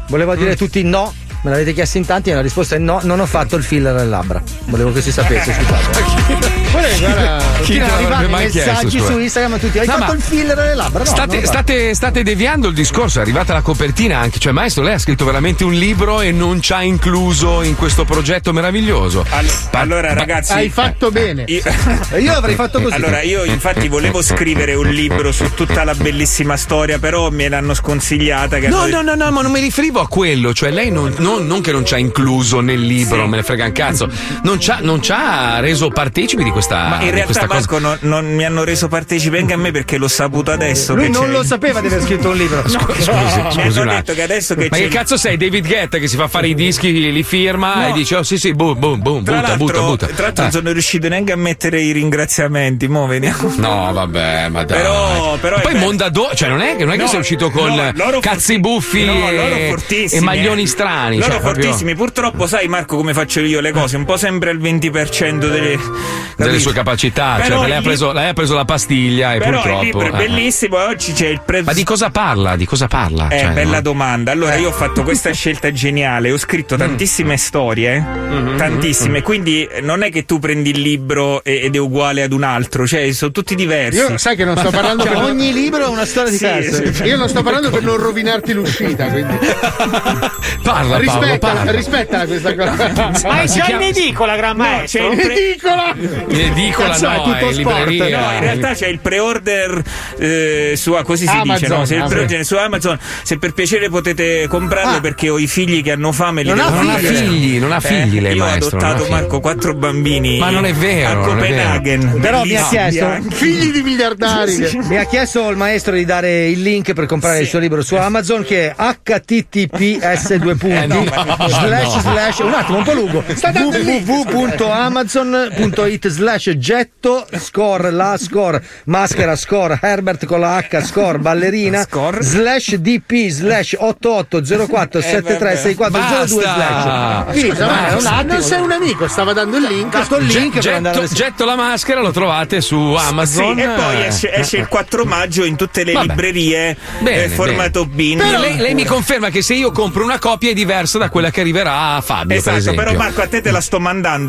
Volevo dire a tutti no. Me l'avete chiesto in tanti e la risposta è no, non ho fatto il filler alle labbra. Volevo che si sapesse, scusate. Guarda, continuano ad arrivare messaggi su Instagram tutti. Hai fatto il filler alle labbra? No, state deviando il discorso, è arrivata la copertina anche. Cioè, maestro, lei ha scritto veramente un libro e non ci ha incluso in questo progetto meraviglioso. Allora, ragazzi, hai fatto bene. Io avrei fatto così. Allora, io infatti volevo scrivere un libro su tutta la bellissima storia, però me l'hanno sconsigliata. Che no, ma non mi riferivo a quello. Cioè, lei non che non ci ha incluso nel libro, me ne frega un cazzo. Non ci ha reso partecipi di questa. Ma in realtà, Marco, non mi hanno reso partecipe anche a me perché l'ho saputo adesso. Lui non lo sapeva di aver scritto un libro. Scusi, mi hanno detto che adesso che ma che cazzo sei? David Guetta che si fa fare i dischi, li firma e dice: oh sì, boom, butta. Tra l'altro non sono riuscito neanche a mettere i ringraziamenti. Mo vediamo. No, vabbè, ma dai. Però poi Mondadori, cioè non è che sei uscito con cazzi buffi e maglioni strani. Loro fortissimi. Purtroppo, sai, Marco, come faccio io le cose? Un po' sempre al 20% delle sue capacità. Però cioè, lei ha preso la pastiglia e però purtroppo. Il libro è bellissimo. Oggi c'è il Ma di cosa parla? Cioè, bella domanda. Allora, io ho fatto questa scelta geniale. Ho scritto tantissime storie, tantissime. Quindi non è che tu prendi il libro ed è uguale ad un altro, cioè sono tutti diversi. Io sai che non sto parlando per ogni libro è una storia diversa. Sì. Io non sto parlando per non rovinarti l'uscita, quindi. Parla, rispetta questa cosa. Ma è già in edicola, gran maestro. In edicola no, è libreria. No, in realtà c'è il pre-order su così si Amazon, dice, no? Se il pre-order su Amazon, se per piacere potete comprarlo perché ho i figli che hanno fame. Non ha figli lei, io maestro. Io ho adottato, Marco, 4 bambini. Ma non è vero. A Copenaghen. Però mi ha chiesto figli di miliardari. Mi ha chiesto il maestro di dare il link per comprare il suo libro su Amazon, che è https:// un attimo, un po' lungo, www.amazon.it/getto score maschera score Herbert con la H score ballerina /dp/8804736402/. Non sei un amico, stava dando il link. Getto la maschera, lo trovate su Amazon. Sì, e poi esce il 4 maggio in tutte le librerie formato bin. Però lei mi conferma che se io compro una copia è diversa da quella che arriverà a Fabio. Esatto, però Marco, a te la sto mandando,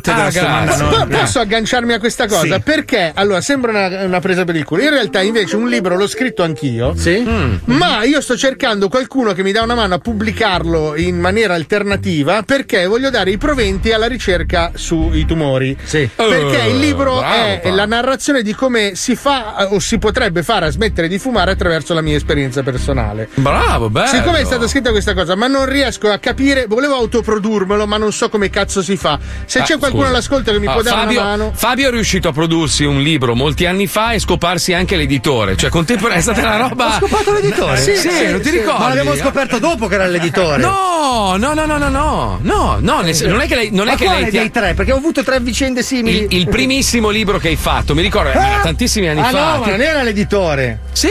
Posso agganciarmi a questa cosa? Sì. Perché allora sembra una presa per il culo. In realtà invece un libro l'ho scritto anch'io. Sì. Ma io sto cercando qualcuno che mi dà una mano a pubblicarlo in maniera alternativa, perché voglio dare i proventi alla ricerca sui tumori. Sì. Perché il libro è la narrazione di come si fa o si potrebbe fare a smettere di fumare attraverso la mia esperienza personale. Bravo, bello. Siccome è stata scritta questa cosa, ma non riesco a capire, volevo autoprodurmelo, ma non so come cazzo si fa. Se c'è qualcuno all'ascolto che mi può dare una mano. Fabio è riuscito a prodursi un libro molti anni fa e scoparsi anche l'editore. Cioè, contemporaneamente è stata una roba. Ho scopato l'editore? Sì, non ti ricordi? Ma l'abbiamo scoperto dopo che era l'editore. No, non è che lei. Non è che lei dei tre, perché ho avuto 3 vicende simili. Il primissimo libro che hai fatto, mi ricordo, era tantissimi anni fa. No, ma non era l'editore. Sì,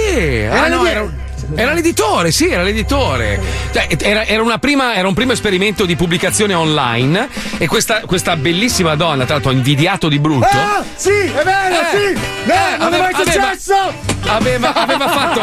era l'editore, sì, era l'editore. Cioè, era un primo esperimento di pubblicazione online e questa bellissima donna, tra l'altro invidiato di brutto. Ah, sì, è vero, sì. Non è mai successo. Aveva fatto.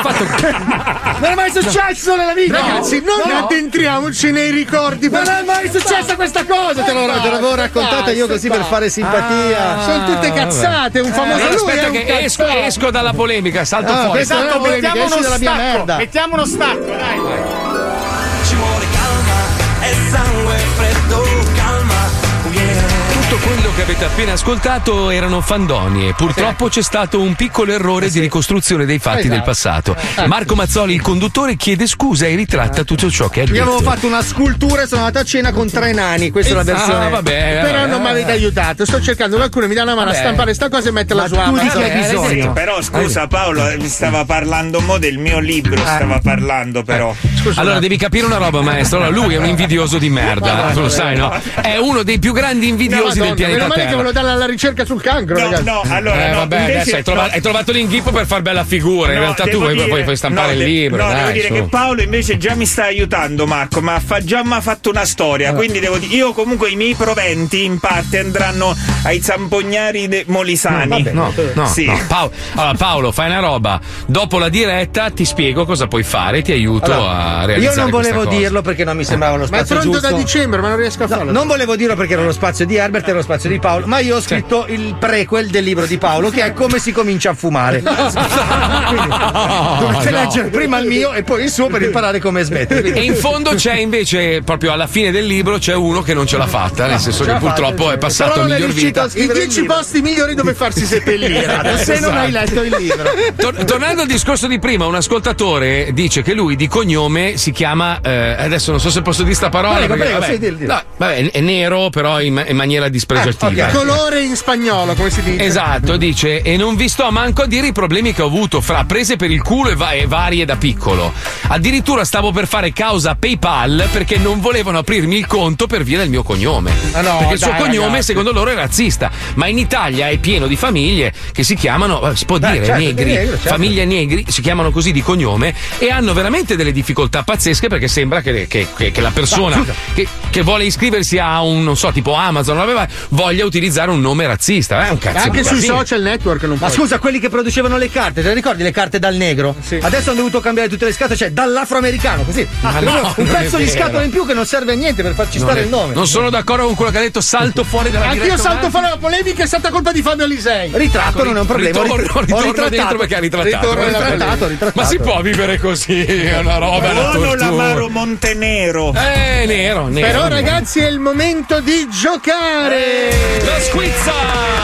Non è mai successo nella vita. Ragazzi, non addentriamoci nei ricordi. Non è mai successa questa cosa. Te l'avevo raccontata io così per fare simpatia. Sono tutte cazzate. Un famoso aspetta che esco dalla polemica, salto fuori. Esatto, mettiamo uno stacco. Mettiamo uno stacco, dai. Ci vuole calma e sangue freddo, calma. Tutto quello che avete appena ascoltato erano fandonie. Purtroppo c'è stato un piccolo errore di ricostruzione dei fatti del passato. Marco Mazzoli, il conduttore, chiede scusa e ritratta tutto ciò che ha detto. Io avevo fatto una scultura e sono andato a cena con 3 nani. Questa è la versione. Però non mi avete aiutato. Sto cercando qualcuno mi dà una mano a stampare sta cosa e metterla su Amazon. Sì, però scusa Paolo, mi stava parlando del mio libro. Stava parlando però. Allora devi capire una roba, maestro. Allora, lui è un invidioso di merda. Tu lo sai, no? È uno dei più grandi invidiosi del pianeta Terra. Meno male che ve lo dare alla ricerca sul cancro, ragazzi. Adesso hai trovato l'inghippo per far bella figura. In realtà tu puoi stampare il libro. No, devo dire che Paolo invece già mi sta aiutando, Marco, ma ha già fatto una storia. Quindi devo dire, io comunque i miei proventi in parte andranno ai zampognari molisani. No. Allora, Paolo, fai una roba. Dopo la diretta ti spiego cosa puoi fare, ti aiuto a realizzare. Io non questa volevo cosa. dirlo perché non mi sembrava lo Ma è spazio pronto giusto. da dicembre, ma non riesco a farlo. Non volevo dirlo perché era lo spazio di Herbert e lo spazio di Paolo, ma io ho scritto il prequel del libro di Paolo, che è Come si comincia a fumare. Quindi, dovete leggere prima il mio e poi il suo per imparare come smettere. E in fondo c'è invece, proprio alla fine del libro, c'è uno che non ce l'ha fatta, nel senso che purtroppo è passato a miglior vita. I 10 posti migliori dove farsi seppellire. Se non hai letto il libro. Tornando al discorso di prima, un ascoltatore dice che lui di cognome si chiama, adesso non so se posso dire sta parola, Prego, vabbè, sì, dillo. no, vabbè, è nero però in maniera dispregiativa. Colore in spagnolo, come si dice? Esatto, dice, e non vi sto manco a dire i problemi che ho avuto fra prese per il culo e varie da piccolo. Addirittura stavo per fare causa a PayPal perché non volevano aprirmi il conto per via del mio cognome. Perché il suo cognome, ragazzi, secondo loro, è razzista. Ma in Italia è pieno di famiglie che si chiamano, si può dire, certo, negri, negro, certo. famiglie negri, si chiamano così di cognome e hanno veramente delle difficoltà pazzesche perché sembra che la persona che vuole iscriversi a un, non so, tipo Amazon, voglia utilizzare un nome razzista. È un cazzo. Anche di sui casino. social network non Ma puoi. scusa, quelli che producevano le carte, te le ricordi le carte dal negro? Sì. Adesso hanno dovuto cambiare tutte le scatole, cioè dall'afroamericano, così. Ma no, un non pezzo è di vero. scatola in più che non serve a niente per farci stare il nome. Non sono d'accordo con quello che ha detto, salto fuori dalla diretta. Anch'io salto fuori la polemica, è stata colpa di Fabio Alisei. Ritratto non è un problema. Ritorno dentro perché ha ritrattato. Ho ritrattato. Ma si può vivere così? È una roba, è una Buono tortura. l'amaro Montenero. Nero. Però ragazzi è il momento di giocare. Lo squizza!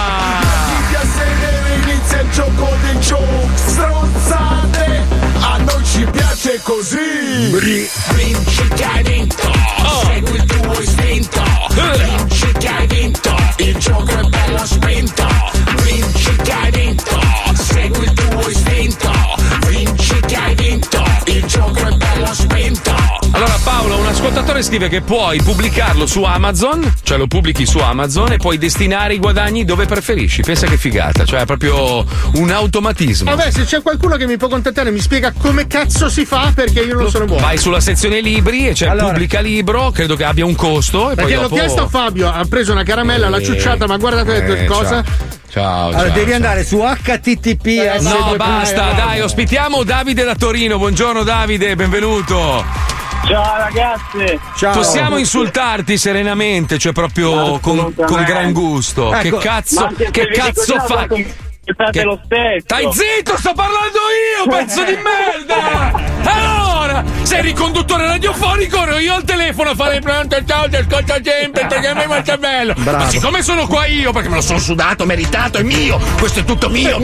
A sedere inizia il gioco dei giochi stronzate. A noi ci piace così. Vinci che hai vinto. Segui il tuo istinto. Vinci che hai vinto. Il gioco è bello spinto. Vinci che hai vinto. Segui il tuo istinto. Vinci che hai vinto. Il gioco è bello spinto. Allora Paolo, un ascoltatore scrive che puoi pubblicarlo su Amazon, cioè lo pubblichi su Amazon e puoi destinare i guadagni dove preferisci. Pensa che figata, cioè è proprio un automatismo. Vabbè, se c'è qualcuno che mi può contattare e mi spiega come cazzo si fa, perché io non sono buono. Vai sulla sezione libri e c'è pubblica libro, credo che abbia un costo. E Perché poi l'ho chiesto a Fabio, ha preso una caramella, l'ha ciucciata, ma guardate cosa. Ciao. Allora devi andare su HTTPS. No, basta, dai, ospitiamo Davide da Torino. Buongiorno Davide, benvenuto. Ciao ragazzi. Ciao. Possiamo insultarti serenamente, cioè proprio con gran gusto. Ecco, Che cazzo fai? Fate lo stesso. Stai zitto, sto parlando io, pezzo di merda! Allora, sei riconduttore radiofonico, ero io al telefono a fare pronto, ciao, ti ascolto sempre, perché a me è molto bello. Bravo. Ma siccome sono qua io, perché me lo sono sudato, meritato, è mio, questo è tutto mio.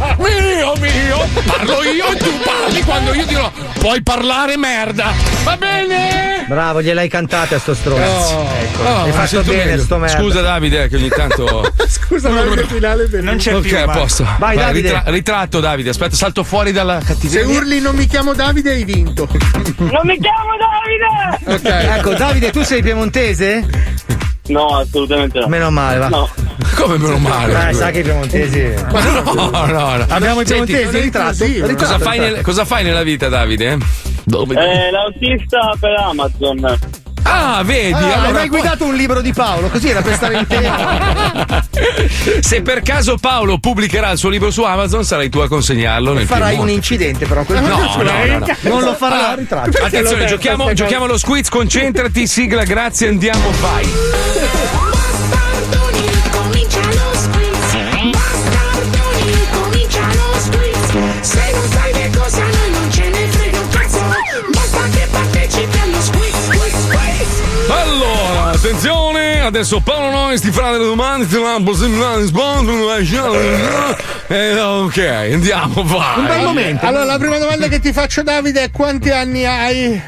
Parlo io e tu parli quando io dirò, puoi parlare merda, va bene? Bravo, gliel'hai cantate a sto stronzo. Hai mi fatto sento bene, meglio. sto merda. Scusa Davide, che ogni tanto... Scusa, ma il finale Non c'è Ok, più. a posto. Vai, Davide. Ritratto Davide, aspetta, salto fuori dalla Se cattiveria. urli non mi chiamo Davide hai vinto. Non mi chiamo Davide! Ok. Ecco, Davide, tu sei piemontese? No, assolutamente no. Meno male, va. No. Come meno male? Sai che i piemontesi. No. Abbiamo i Senti, piemontesi, ritratto. sì, Cosa fai nella vita, Davide? L'autista per Amazon. Ah, vedi? Hai allora mai guidato un libro di Paolo? Così era per stare in tema. Se per caso Paolo pubblicherà il suo libro su Amazon, sarai tu a consegnarlo nel Farai un Piemonte. incidente, però. No. Non lo farà, Allora, ritratto. attenzione, giochiamo allo squiz, concentrati, sigla, grazie, andiamo, vai. Bastardoni, comincia lo squiz. Bastardoni, comincia lo squiz. Se non sai le cose a noi non ce ne frega un cazzo. Basta che partecipi allo squiz. Allora, attenzione, adesso Paolo Nois ti farà delle domande, ti farà la possibilità di rispondere. Ok, andiamo, vai. Un bel momento. Allora, la prima domanda che ti faccio, Davide, è quanti anni hai?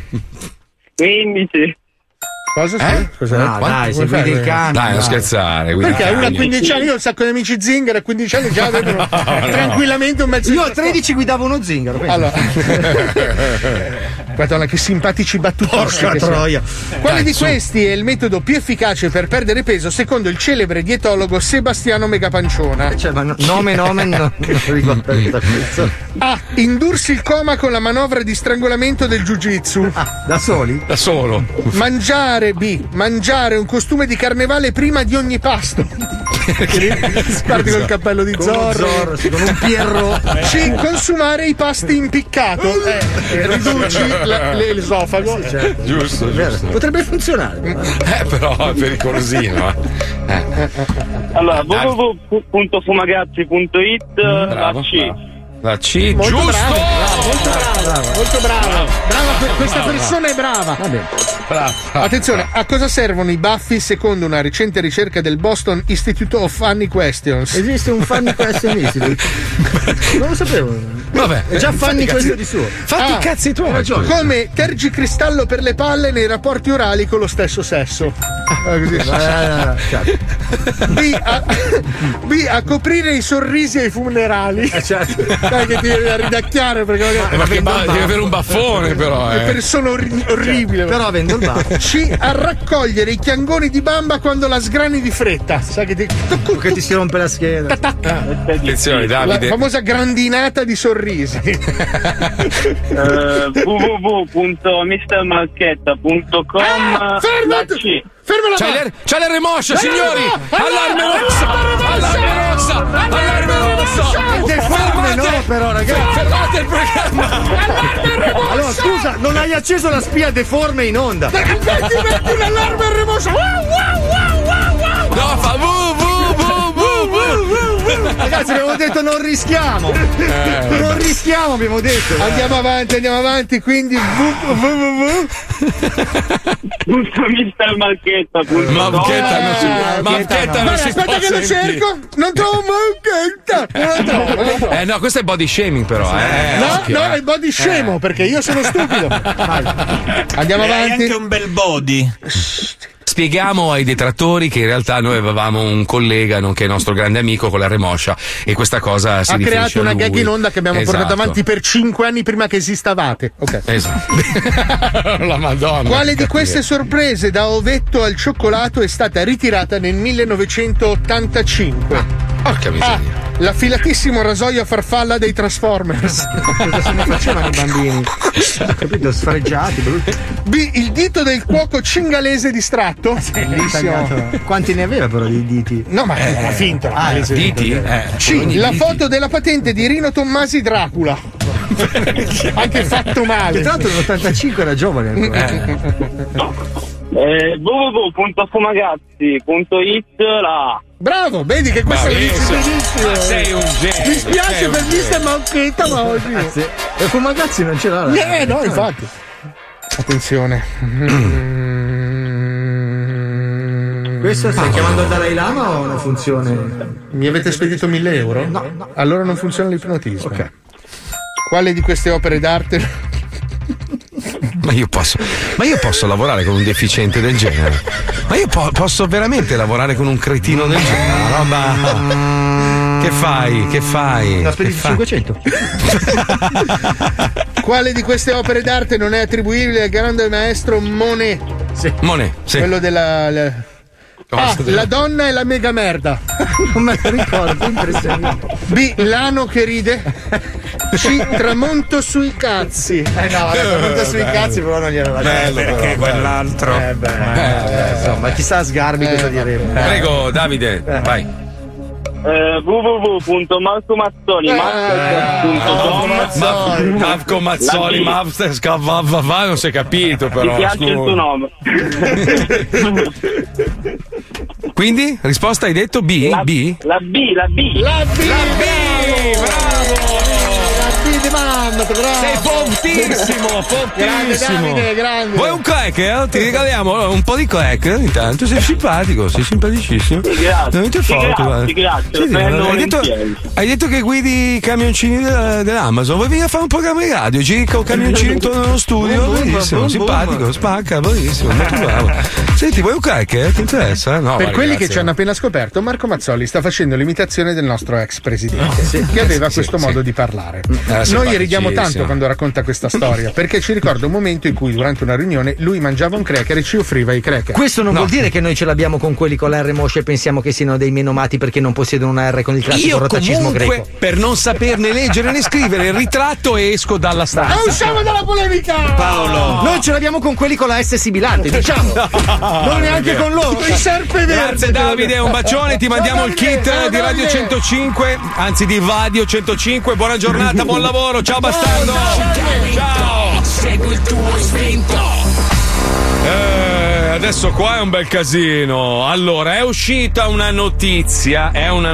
15. Cosa? Cos'è? No, dai, se guidi il camion. Dai, non scherzare. guida Perché il uno a camion. 15 anni, io ho un sacco di amici zingaro, a 15 anni già vedono tranquillamente un mezzo. Io a 13 guidavo uno zingaro. pensa. Allora. Madonna, che simpatici battutossi. Porca che sono. troia. Quale Dai, di su. questi è il metodo più efficace per perdere peso secondo il celebre dietologo Sebastiano Megapanciona? Cioè, ma nome non riguarda questo. A. Indursi il coma con la manovra di strangolamento del jiu-jitsu. Da soli? Da solo. Mangiare un costume di carnevale prima di ogni pasto. Parti col cappello di Zorro, con un Pierro. C. Consumare i pasti impiccato. Riduci l'esofago. Sì, certo. Giusto. Potrebbe funzionare. Però è pericolosino. Allora, www.fumagazzi.it, la C. La C, molto giusto! Molto bravo. Questa persona è brava. Va bene. Attenzione, a cosa servono i baffi secondo una recente ricerca del Boston Institute of Funny Questions? Esiste un Funny Question Institute? Non lo sapevo. Vabbè, è già Funny questo di suo. Fatti i cazzi tuoi. Come tergicristallo per le palle nei rapporti orali con lo stesso sesso. B. A coprire i sorrisi ai funerali. Certo. Dai che ti devi ridacchiare perché deve avere un baffone però. È persona orribile. Però avendo il baffo. C. A raccogliere i chiangoni di bamba quando la sgrani di fretta. Sai che ti si rompe la scheda. Attenzione, Davide. La famosa grandinata di sorrisi. www.mistermarchetta.com. Fermala! C'è l'R moscia, signori! Allarme rossa! Deforme no, però, ragazzi! Fermate il programma! Allora, scusa, non hai acceso la spia deforme in onda! Metti l'allarme R moscia! No, fa Ragazzi, abbiamo detto non rischiamo! Non rischiamo, abbiamo detto! Andiamo avanti, quindi www.mistermarchetta.com. Marchetta non si aspetta che lo cerco! Non trovo Marchetta! No, questo è body shaming però, No, è body scemo, perché io sono stupido. Andiamo avanti. Anche un bel body. Spieghiamo ai detrattori che in realtà noi avevamo un collega, nonché nostro grande amico, con la remoscia, e questa cosa si riferisce creato una a lui. gag in onda che abbiamo portato avanti per 5 anni prima che esistavate. Ok. Esatto. La Madonna. Quale di queste sorprese da ovetto al cioccolato è stata ritirata nel 1985? Porca miseria. La filatissimo rasoio a farfalla dei Transformers. Cosa se ne facevano i bambini? Capito? Sfregiati, brutti. B. Il dito del cuoco cingalese distratto. Bellissimo. Quanti ne aveva però di diti? No, ma era finta. Diti? C. La foto della patente di Rino Tommasi Dracula. Anche fatto male. Tra l'altro nell'85 era giovane ancora. www.fumagazzi.it, la Bravo, vedi che questo lo dici benissimo. Sei un genio. Mi spiace per Mister Marchetta, ma oggi. E Fumagazzi non ce l'ha. No, infatti. Attenzione. Questo stai chiamando il Dalai Lama o una funzione? Mi avete spedito 1.000 euro? No. Allora non funziona l'ipnotismo. Ok. Quale di queste opere d'arte? Ma io posso lavorare con un deficiente del genere? Ma io posso veramente lavorare con un cretino del genere? Una roba. Che fai? La spedi 500. Quale di queste opere d'arte non è attribuibile al grande maestro Monet? Monet, sì. Quello della. La donna e la mega merda. Non me la ricordo, impressionante. B. L'ano che ride. C. Tramonto sui cazzi. Tramonto sui cazzi, però non glielo bello perché quell'altro. Insomma, chissà Sgarbi cosa diremo. Prego, Davide, vai. www.marcomazzoli.com. Marco Mazzoli, non si è capito però. Mi piace il tuo nome. Quindi, risposta hai detto B? La B. Bravo! Sei fortissimo. Grande. Vuoi un crack? Ti regaliamo un po' di crack intanto. Sei simpatico, sei simpaticissimo. Grazie. Hai detto che guidi i camioncini dell'Amazon. Vuoi venire a fare un programma di radio? Giri con camioncini intorno allo studio. Bellissimo, simpatico, spacca, bellissimo, molto bravo. Senti, vuoi un crack? Ti interessa? No, per quelli che ci hanno appena scoperto, Marco Mazzoli sta facendo l'imitazione del nostro ex presidente, che aveva questo modo di parlare. Noi ridiamo tanto quando racconta questa storia, perché ci ricorda un momento in cui durante una riunione lui mangiava un cracker e ci offriva i cracker. Questo non vuol dire che noi ce l'abbiamo con quelli con la R moscia e pensiamo che siano dei menomati perché non possiedono una R con il classico rotacismo greco. Per non saperne leggere né scrivere il ritratto esco dalla stanza. Usciamo dalla polemica! Paolo! Noi ce l'abbiamo con quelli con la S sibilante, diciamo. Non neanche con loro. I serpe verdi. Grazie Davide, un bacione, ti mandiamo il kit di Radio 105, anzi di Radio 105. Buona giornata, buon lavoro, ciao bastardo. Ciao. Segui il tuo istinto. Adesso qua è un bel casino. Allora, è uscita una notizia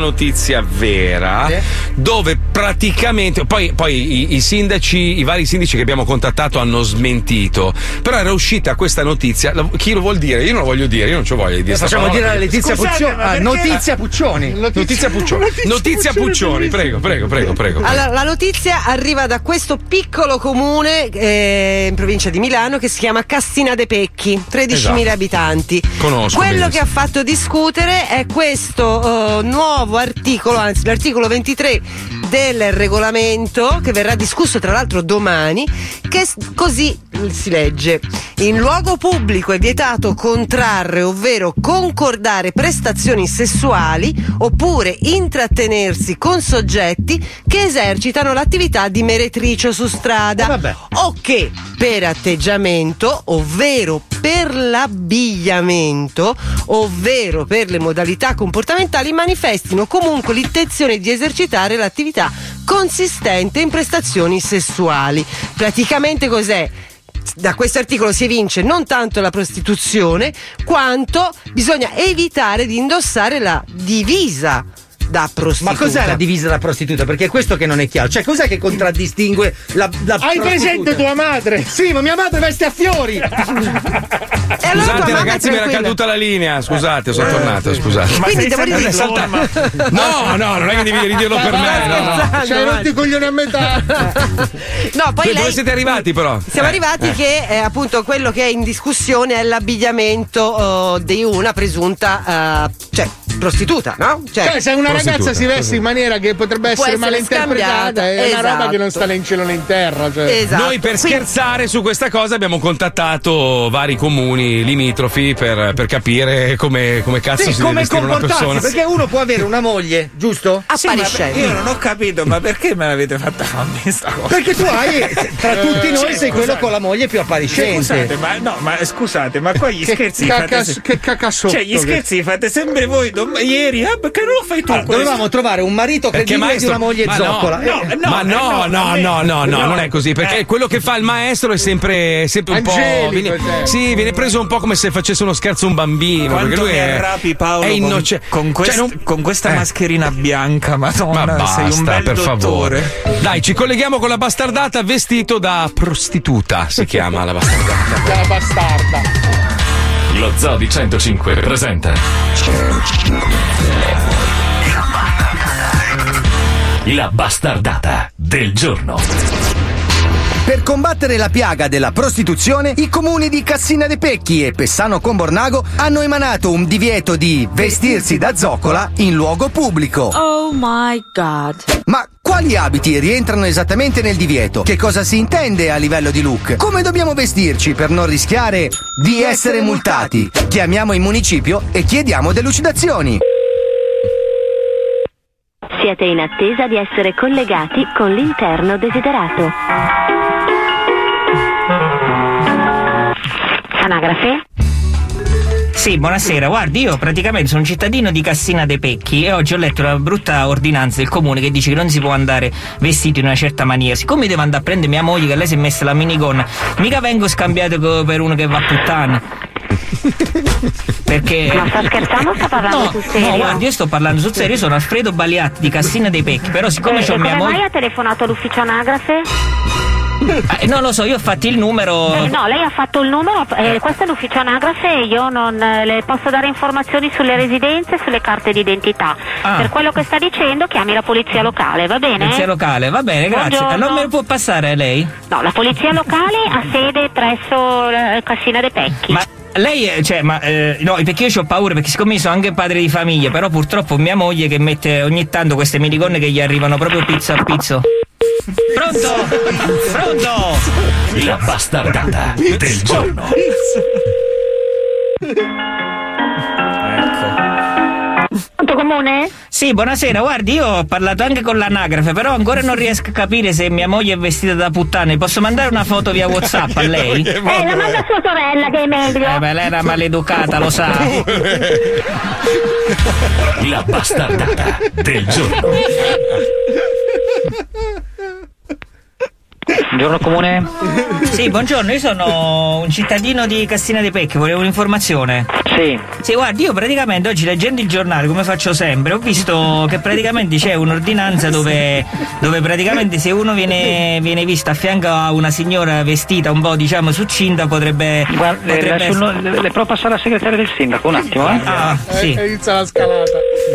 vera, dove praticamente poi i sindaci, i vari sindaci che abbiamo contattato hanno smentito. Però era uscita questa notizia. Chi lo vuol dire? Io non lo voglio dire, io non c'ho voglia di dire. Facciamo dire a Letizia Puccioni. Notizia Puccioni. Notizia Puccioni, prego. Allora, la notizia arriva da questo piccolo comune in provincia di Milano che si chiama Cassina de Pecchi, 13.000 abitanti. Conosco. Quello che ha fatto discutere è questo nuovo articolo, anzi l'articolo 23 del regolamento, che verrà discusso tra l'altro domani, che così si legge: in luogo pubblico è vietato contrarre ovvero concordare prestazioni sessuali oppure intrattenersi con soggetti che esercitano l'attività di meretricio su strada o che per atteggiamento ovvero per l'abbigliamento ovvero per le modalità comportamentali manifestino comunque l'intenzione di esercitare l'attività consistente in prestazioni sessuali. Praticamente cos'è? Da questo articolo si evince non tanto la prostituzione quanto bisogna evitare di indossare la divisa da prostituta. Ma cos'è la divisa da prostituta? Perché è questo che non è chiaro. Cioè, cos'è che contraddistingue la Hai presente tua madre? Sì, ma mia madre veste a fiori. Scusate ragazzi, mi era caduta la linea. Scusate, sono tornato, scusate. Ma quindi devo dire No, non è che devi ridirlo per me. No. C'hai rotto i coglioni a metà. No, poi dove siete arrivati però? Siamo arrivati che appunto quello che è in discussione è l'abbigliamento di una presunta prostituta, no? Cioè se una ragazza si veste in maniera che potrebbe essere malinterpretata, è una roba che non sta né in cielo né in terra. Cioè. Esatto. Noi per scherzare su questa cosa abbiamo contattato vari comuni limitrofi per capire come cazzo si deve vestire una persona. Perché uno può avere una moglie, giusto? Appariscente. Io non ho capito, ma perché me l'avete fatta a me sta cosa? Perché tu hai, tra tutti noi, sei quello con la moglie più appariscente. Scusate, ma qua gli scherzi che cacassotto. Cioè, gli scherzi li fate sempre voi ieri, perché non lo fai tu? Dovevamo trovare un marito credibile di una moglie zoccola. No, non è così, perché quello che fa il maestro è sempre un po'. Viene preso un po' come se facesse uno scherzo a un bambino. Quanto perché lui mi arrapi, Paolo, è innocente. Con questa mascherina bianca, madonna, ma basta, sei un bel per dottore. Favore. Dai, ci colleghiamo con la bastardata vestito da prostituta, si chiama la bastardata. La bastarda. Lo Zoo di 105 presenta la bastardata del giorno. Per combattere la piaga della prostituzione, i comuni di Cassina de Pecchi e Pessano con Bornago hanno emanato un divieto di vestirsi da zoccola in luogo pubblico. Oh my God. Ma quali abiti rientrano esattamente nel divieto? Che cosa si intende a livello di look? Come dobbiamo vestirci per non rischiare di essere multati? Chiamiamo il municipio e chiediamo delucidazioni. Siete in attesa di essere collegati con l'interno desiderato. Anagrafe? Sì, buonasera. Guardi, io praticamente sono un cittadino di Cassina de Pecchi e oggi ho letto una brutta ordinanza del comune che dice che non si può andare vestiti in una certa maniera. Siccome devo andare a prendere mia moglie, che lei si è messa la minigonna, mica vengo scambiato per uno che va a puttane. Perché. Ma sta scherzando o sta parlando sul serio? No, guardi, io sto parlando sul serio, io sono Alfredo Baliatti di Cassina dei Pecchi, però siccome c'ho mia moglie. Come mai ha telefonato all'ufficio anagrafe? Non lo so, io ho fatto il numero. No, lei ha fatto il numero, questo è l'ufficio anagrafe e io non le posso dare informazioni sulle residenze e sulle carte d'identità. Per quello che sta dicendo chiami la polizia locale, va bene? Polizia locale, va bene, grazie. Non me lo può passare lei? No, la polizia locale ha sede presso Cassina de Pecchi. Ma lei, no, perché io ho paura, perché siccome io sono anche padre di famiglia, però purtroppo mia moglie che mette ogni tanto queste minigonne che gli arrivano proprio pizzo a pizzo. Pronto? Pronto? La bastardata del giorno. Come comune? Sì, buonasera, guardi, io ho parlato anche con l'anagrafe, però ancora non riesco a capire se mia moglie è vestita da puttana. Posso mandare una foto via WhatsApp a lei? La manda a sua sorella che è meglio. Beh, lei era maleducata, lo sa. La bastardata del giorno. Buongiorno comune. Sì, buongiorno, io sono un cittadino di Cassina dei Pecchi, volevo un'informazione. Sì, guardi, io praticamente oggi leggendo il giornale, come faccio sempre, ho visto che praticamente c'è un'ordinanza dove praticamente se uno viene visto a fianco a una signora vestita un po' diciamo succinta potrebbe... Le provo passare alla segretaria del sindaco, un attimo. Sì. Inizia la scalata.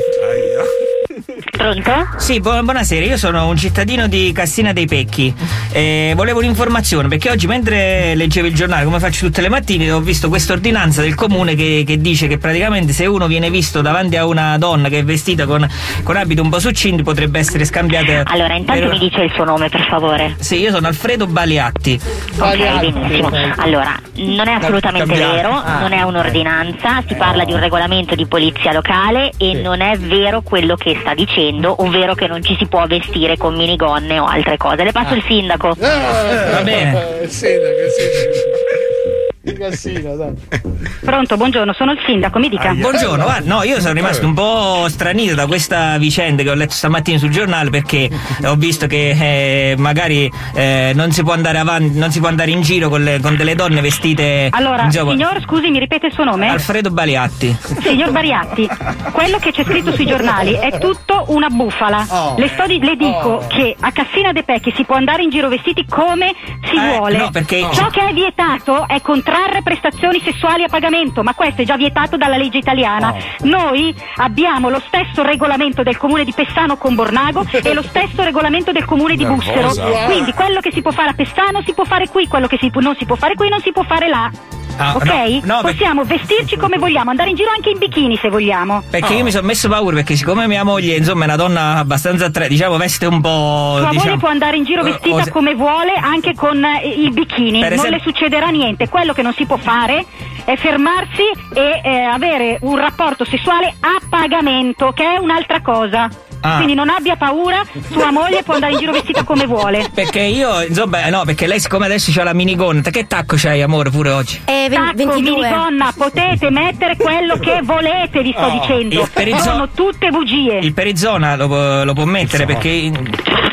Pronto? Sì, buonasera, io sono un cittadino di Cassina dei Pecchi. Volevo un'informazione perché oggi mentre leggevo il giornale, come faccio tutte le mattine, ho visto questa ordinanza del comune che dice che praticamente se uno viene visto davanti a una donna che è vestita con abiti un po' succinti potrebbe essere scambiata. Allora, intanto mi dice il suo nome, per favore. Sì, io sono Alfredo Baliatti. Ok, benissimo. Allora, non è assolutamente vero, non è un'ordinanza, si parla di un regolamento di polizia locale e non è vero quello che sta dicendo, ovvero che non ci si può vestire con minigonne o altre cose. Le passo il sindaco. Va bene. Il sindaco. Cassina, dai. Pronto, buongiorno, sono il sindaco, mi dica. Buongiorno, guarda, no, io sono rimasto un po' stranito da questa vicenda che ho letto stamattina sul giornale perché ho visto che magari non si può andare avanti, non si può andare in giro con delle donne vestite. Allora, insomma, signor, scusi, mi ripete il suo nome? Alfredo Baliatti. Signor Bariatti, quello che c'è scritto sui giornali è tutto una bufala. Le dico che a Cassina dei Pecchi si può andare in giro vestiti come si vuole. No, perché ciò che è vietato è contrarre prestazioni sessuali a pagamento, ma questo è già vietato dalla legge italiana. Noi abbiamo lo stesso regolamento del comune di Pessano con Bornago e lo stesso regolamento del comune di Bussero. Quindi quello che si può fare a Pessano si può fare qui, quello che non si può fare qui non si può fare là. Ok? No, possiamo vestirci come vogliamo, andare in giro anche in bikini se vogliamo. Perché io mi sono messo paura perché siccome mia moglie insomma è una donna abbastanza diciamo veste un po'. Tua moglie può andare in giro vestita come vuole anche con il bikini, non le succederà niente. Quello che non si può fare è fermarsi e avere un rapporto sessuale a pagamento, che è un'altra cosa. Quindi non abbia paura, tua moglie può andare in giro vestita come vuole. Perché io, insomma, no, perché lei siccome adesso c'ha la minigonna, che tacco c'hai amore pure oggi? Tacco, 22. Minigonna, potete mettere quello che volete, vi sto dicendo. Sono tutte bugie. Il perizona lo può mettere perché... Il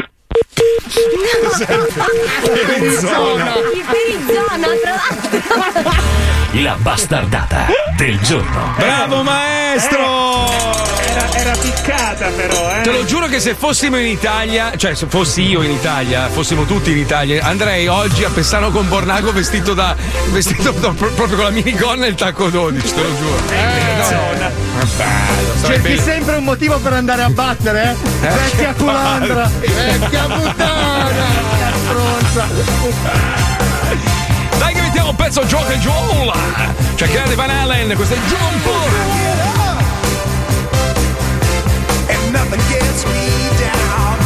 perizona, tra l'altro. La bastardata del giorno. Bravo maestro! Era piccata però, Te lo giuro che se fossimo in Italia, cioè se fossi io in Italia, fossimo tutti in Italia, andrei oggi a Pessano con Bornago vestito proprio con la minigonna e il tacco 12, te lo giuro. Cerchi sempre un motivo per andare a battere, vecchia culandra, vecchia puttana, stronza. Dai che mettiamo un pezzo Rock and Roll. C'è Kelly Van Allen, questo è Jump. And nothing gets me down.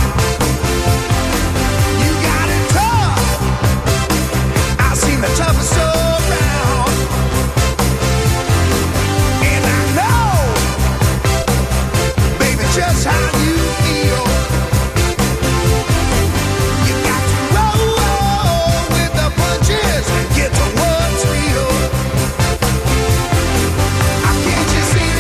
You got it tough. I've seen the toughest around. And I know, baby, just how you feel. You got to roll with the punches. Get to what's real. Can't you see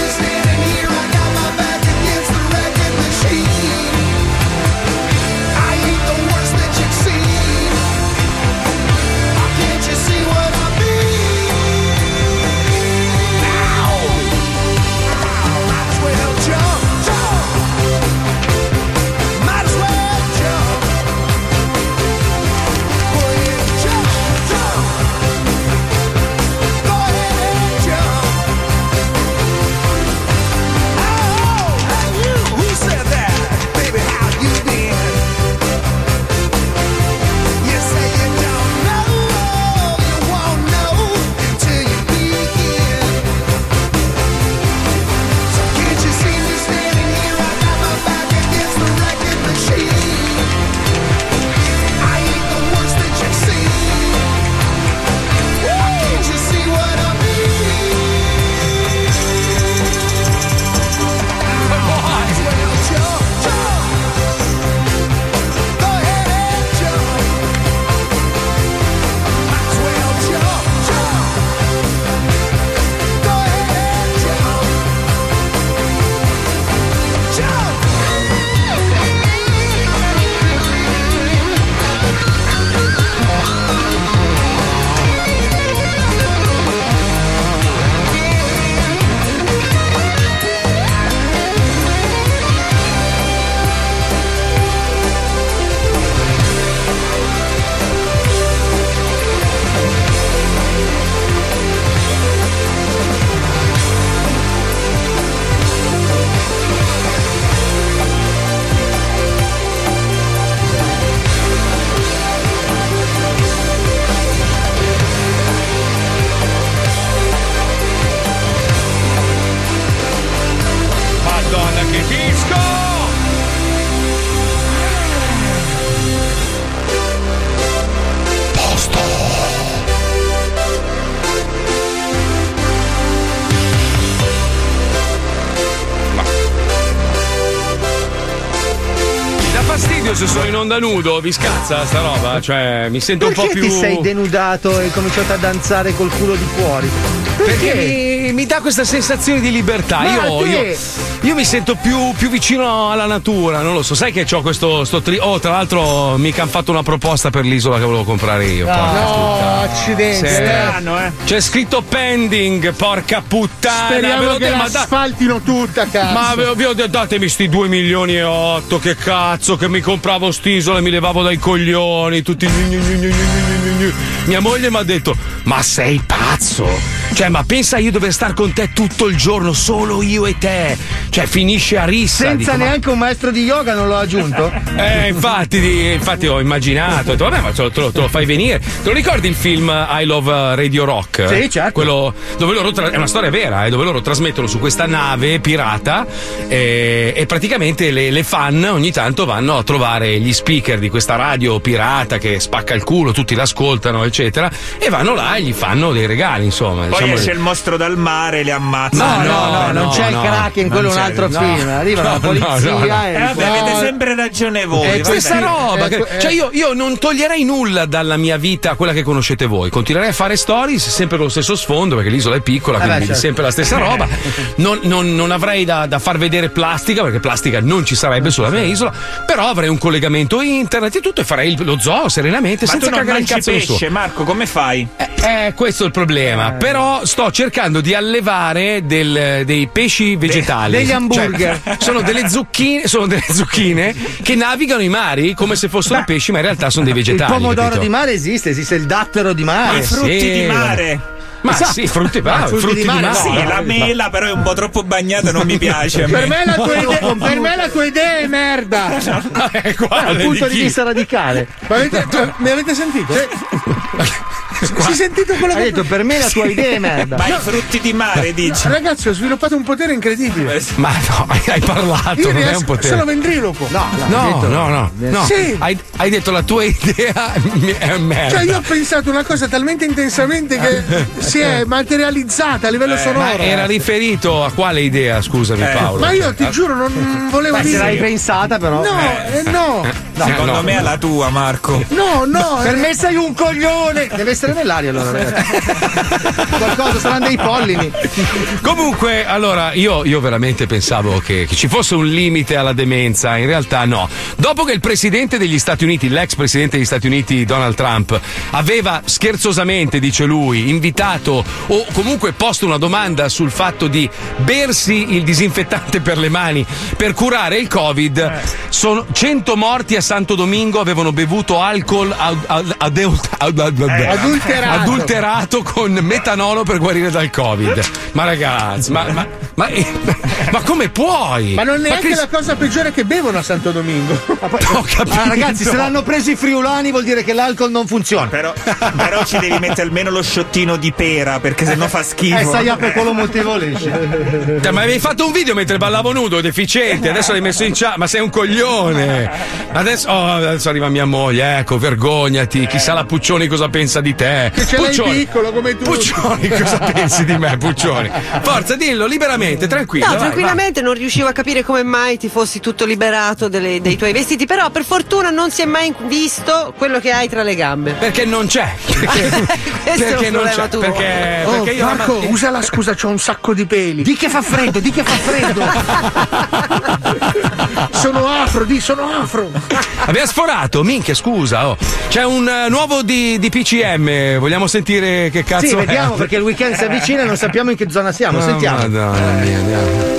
io se sono in onda nudo vi scazza sta roba? Cioè, mi sento perché un po' più. Ti sei denudato e cominciato a danzare col culo di fuori? Perché mi dà questa sensazione di libertà. Io mi sento più vicino alla natura, non lo so. Sai che c'ho questo tra l'altro mica hanno fatto una proposta per l'isola che volevo comprare io. No, accidenti. C'è scritto pending, porca puttana. Speriamo che la asfaltino tutta, cazzo. Ma vi ho detto, datemi sti 2,8 milioni, che cazzo, che mi compravo st'isola e mi levavo dai coglioni, tutti. Mia moglie mi ha detto, ma sei pazzo? Cioè, ma pensa io dover star con te tutto il giorno, solo io e te. Cioè, finisce a rissa. Senza neanche un maestro di yoga, non l'ho aggiunto? Infatti ho immaginato. Ho detto, vabbè, ma te lo fai venire. Te lo ricordi il film I Love Radio Rock? Sì, certo. Quello dove loro è una storia vera, dove loro trasmettono su questa nave pirata e praticamente le fan ogni tanto vanno a trovare gli speaker di questa radio pirata che spacca il culo, tutti l'ascoltano, eccetera, e vanno là e gli fanno dei regali, insomma. Poi esce il mostro dal mare e le ammazza. No, non c'è il Kraken, quello è un altro film. Arriva la polizia e vabbè, avete sempre ragione voi. Questa roba, cioè io non toglierei nulla dalla mia vita, quella che conoscete voi. Continuerei a fare stories sempre con lo stesso sfondo, perché l'isola è piccola, quindi certo. Sempre la stessa roba. Non avrei da far vedere plastica, perché plastica non ci sarebbe sulla mia isola, però avrei un collegamento internet e tutto, e farei lo zoo serenamente. Ma senza tu non cagare il cazzo pesce, Marco, come fai? Questo è il problema. Però sto cercando di allevare dei pesci vegetali. Degli hamburger. Cioè, sono delle zucchine che navigano i mari come se fossero pesci, ma in realtà sono dei vegetali. Il pomodoro capito? di mare esiste il dattero di mare. I frutti di mare. Ma sì, frutti di mare. No, sì, la mela però è un po' troppo bagnata, non mi piace. Per me la tua idea è merda. Dal punto di vista radicale. Mi avete sentito? Si è sentito quello che hai detto? Per me la tua idea è merda. Ma i frutti di mare, dici? Ragazzi, ho sviluppato un potere incredibile. Ma no, hai parlato, non è un potere. Sono ventriloquo. No. Sì. Hai detto la tua idea è merda. Cioè, io ho pensato una cosa talmente intensamente che si è materializzata a livello sonoro. Ma era riferito a quale idea, scusami Paolo? Ma io ti giuro non volevo dire. Se l'hai pensata però. No. Secondo me è la tua, Marco. No. Per me sei un coglione. Deve essere nell'aria allora, ragazzi. Qualcosa, saranno dei pollini. Comunque, allora, io veramente pensavo che ci fosse un limite alla demenza. In realtà no. Dopo che il presidente degli Stati Uniti, l'ex presidente degli Stati Uniti Donald Trump, aveva scherzosamente, dice lui, invitato o comunque posto una domanda sul fatto di bersi il disinfettante per le mani per curare il Covid, sono 100 morti a Santo Domingo avevano bevuto alcol adulterato con metanolo per guarire dal Covid. Ma ragazzi, ma come puoi? Ma non neanche la cosa peggiore che bevono a Santo Domingo. Ma ragazzi, se l'hanno preso i friulani vuol dire che l'alcol non funziona. Però ci devi mettere almeno lo sciottino di pera, perché sennò fa schifo. Sai per quello moltevolesce. Ma avevi fatto un video mentre ballavo nudo, deficiente, adesso l'hai messo in chat, ma sei un coglione. Adesso arriva mia moglie, ecco, vergognati, chissà la Puccioni cosa pensa di te. Che ce l'hai piccolo come tu. Puccioni, cosa pensi di me, Puccioni? Forza, dillo liberamente, tranquillo. No, vai, tranquillamente non riuscivo a capire come mai ti fossi tutto liberato dei tuoi vestiti, però per fortuna non si è mai visto quello che hai tra le gambe. Perché non c'è. Perché non c'è. Perché io Marco, usa la scusa, c'ho un sacco di peli. Di che fa freddo. Sono afro. Abbiamo sforato, minchia, scusa. C'è un nuovo di PCM, vogliamo sentire che cazzo è? Sì, è? vediamo, perché il weekend si avvicina e non sappiamo in che zona siamo. Sentiamo. Madonna mia, andiamo.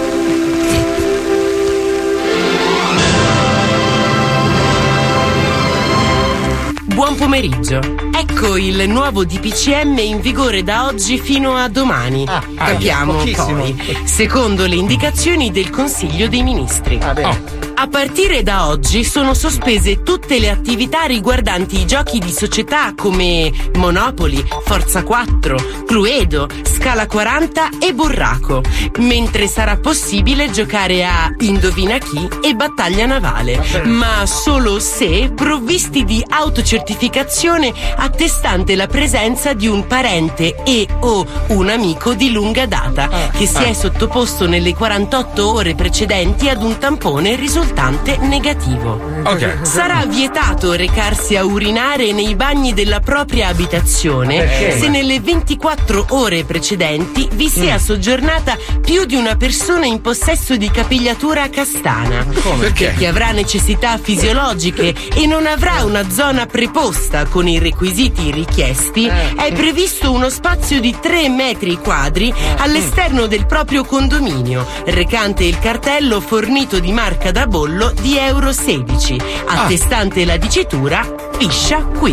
Buon pomeriggio. Ecco il nuovo DPCM in vigore da oggi fino a domani. Capiamo poi. Secondo le indicazioni del Consiglio dei Ministri. A partire da oggi sono sospese tutte le attività riguardanti i giochi di società come Monopoli, Forza 4, Cluedo, Scala 40 e Burraco, mentre sarà possibile giocare a Indovina chi e Battaglia Navale, ma solo se provvisti di autocertificazione certificazione attestante la presenza di un parente e o un amico di lunga data che si è sottoposto nelle 48 ore precedenti ad un tampone risultante negativo. Sarà vietato recarsi a urinare nei bagni della propria abitazione se nelle 24 ore precedenti vi sia soggiornata più di una persona in possesso di capigliatura castana. Per chi avrà necessità fisiologiche e non avrà una zona preposta con i requisiti richiesti, è previsto uno spazio di 3 metri quadri all'esterno del proprio condominio, recante il cartello fornito di marca da bollo di euro 16, attestante la dicitura "Piscia qui".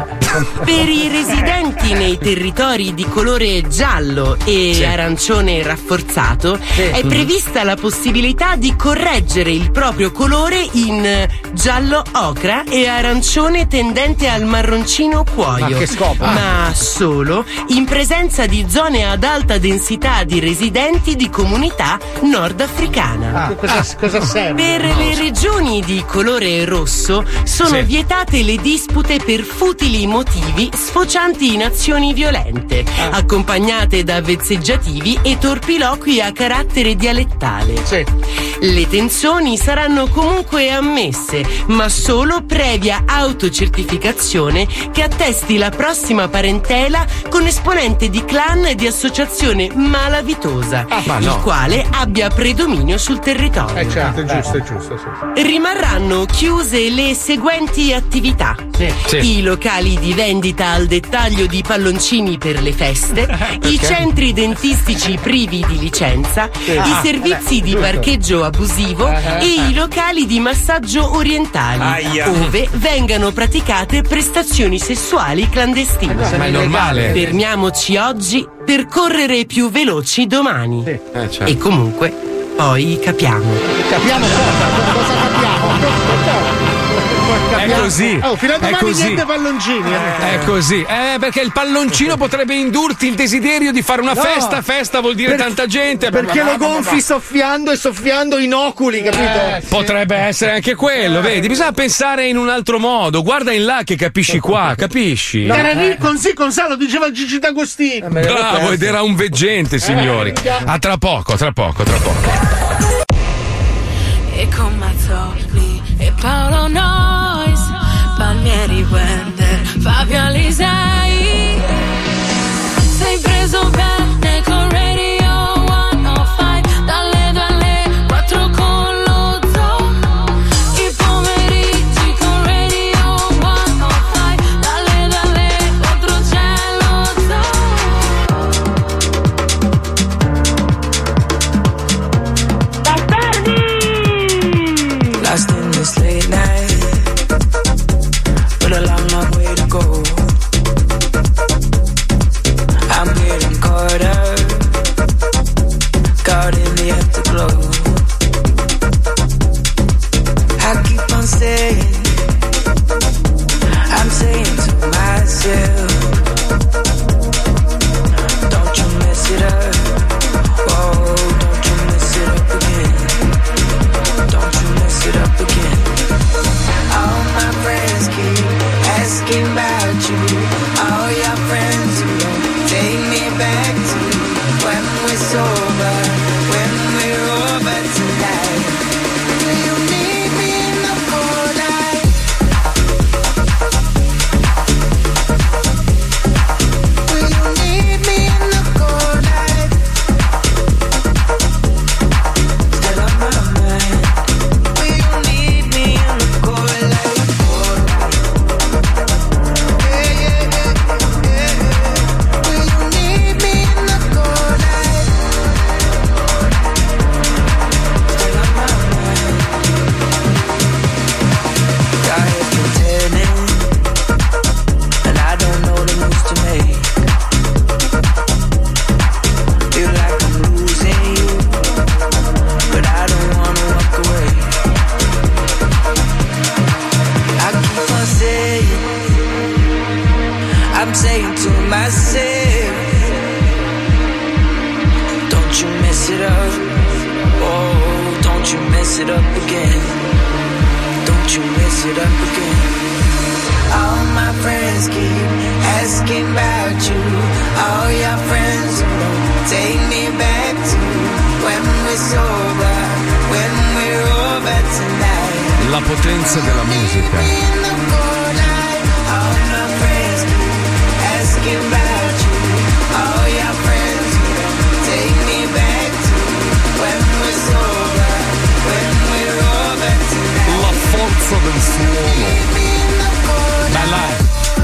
Per i residenti nei territori di colore giallo e arancione rafforzato è prevista la possibilità di correggere il proprio colore in giallo ocra e arancione tendente al marroncino cuoio. Ma che scopo? Ma solo in presenza di zone ad alta densità di residenti di comunità nordafricana. Cosa serve? Per le regioni di colore rosso sono vietate le dispute per futili motivi sfocianti in azioni violente, accompagnate da vezzeggiativi e torpiloqui a carattere dialettale. Le tensioni saranno comunque ammesse, ma solo previa autocertificazione che attesti la prossima parentela con esponente di clan e di associazione malavitosa, il quale abbia predominio sul territorio. È giusto. Rimarranno chiuse le seguenti attività: i locali di vendita al dettaglio di palloncini per le feste, i centri dentistici privi di licenza, i servizi di parcheggio abusivo e i locali di massaggio orientali, ove vengano praticate prestazioni sessuali clandestine. Ma è normale. Fermiamoci oggi per correre più veloci domani. E comunque poi capiamo. Capiamo cosa capiamo? È così. Fino a domani niente palloncini. È così. Perché il palloncino potrebbe indurti il desiderio di fare una festa. Festa vuol dire tanta gente. Perché lo gonfi soffiando e soffiando inoculi, capito? Potrebbe essere anche quello, vedi? Bisogna pensare in un altro modo. Guarda in là che capisci qua, capisci? Era lì con sa, lo diceva Gigi D'Agostino. Bravo, ed era un veggente, signori. A tra poco. E con Mazzoli e Paolo Nois, Palmieri, Wender, Fabio Alisei. Sei preso bene con Radio 105, dalle 4 con lo zoo. I pomeriggi con Radio 105, dalle 4 c'è lo zoo. Lost in this late night, but a long way to go. I'm getting caught in the afterglow. I keep on saying, I'm saying to myself, don't you mess it up. Oh, don't you mess it up again. Don't you mess it up again. All my friends keep asking about you. All your friends who don't take me back to when we're sober, when we're over tonight. Will you meet me in the cold light? Will you meet me in the cold light? Still on my mind. Will you meet me in the cold light? Will you meet me in the cold light? Still on my mind. Your head's been turning, and I don't know the moves to make. Feel like I'm losing you, but I don't wanna walk away. I keep on saying, I'm saying to myself, don't you mess it up. Oh, don't you mess it up again. Don't you mess it up again. All my friends keep asking about you. All your friends won't take me back to when we're sober, when we're over tonight. La potenza della musica. All my friends keep asking about you. All your friends won't take me back to when we're sober, when we're over tonight. La forza del suono. Bella.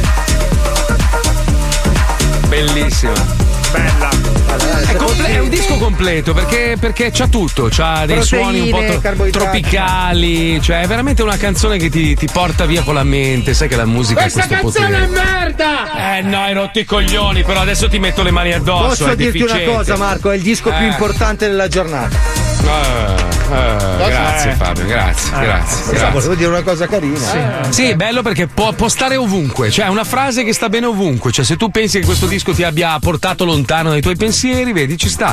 Bellissima. Bella. È un disco completo perché c'ha tutto, c'ha dei suoni un po' tropicali, cioè è veramente una canzone che ti porta via con la mente, sai che la musica questa ha questo canzone potere. è merda! No, hai rotto i coglioni, però adesso ti metto le mani addosso. Posso dirti una cosa, Marco, è il disco più importante della giornata. Grazie Fabio, grazie. Volevo dire una cosa carina. Sì, è bello perché può stare ovunque, cioè è una frase che sta bene ovunque, cioè se tu pensi che questo disco ti abbia portato lontano dai tuoi pensieri, vedi, ci sta.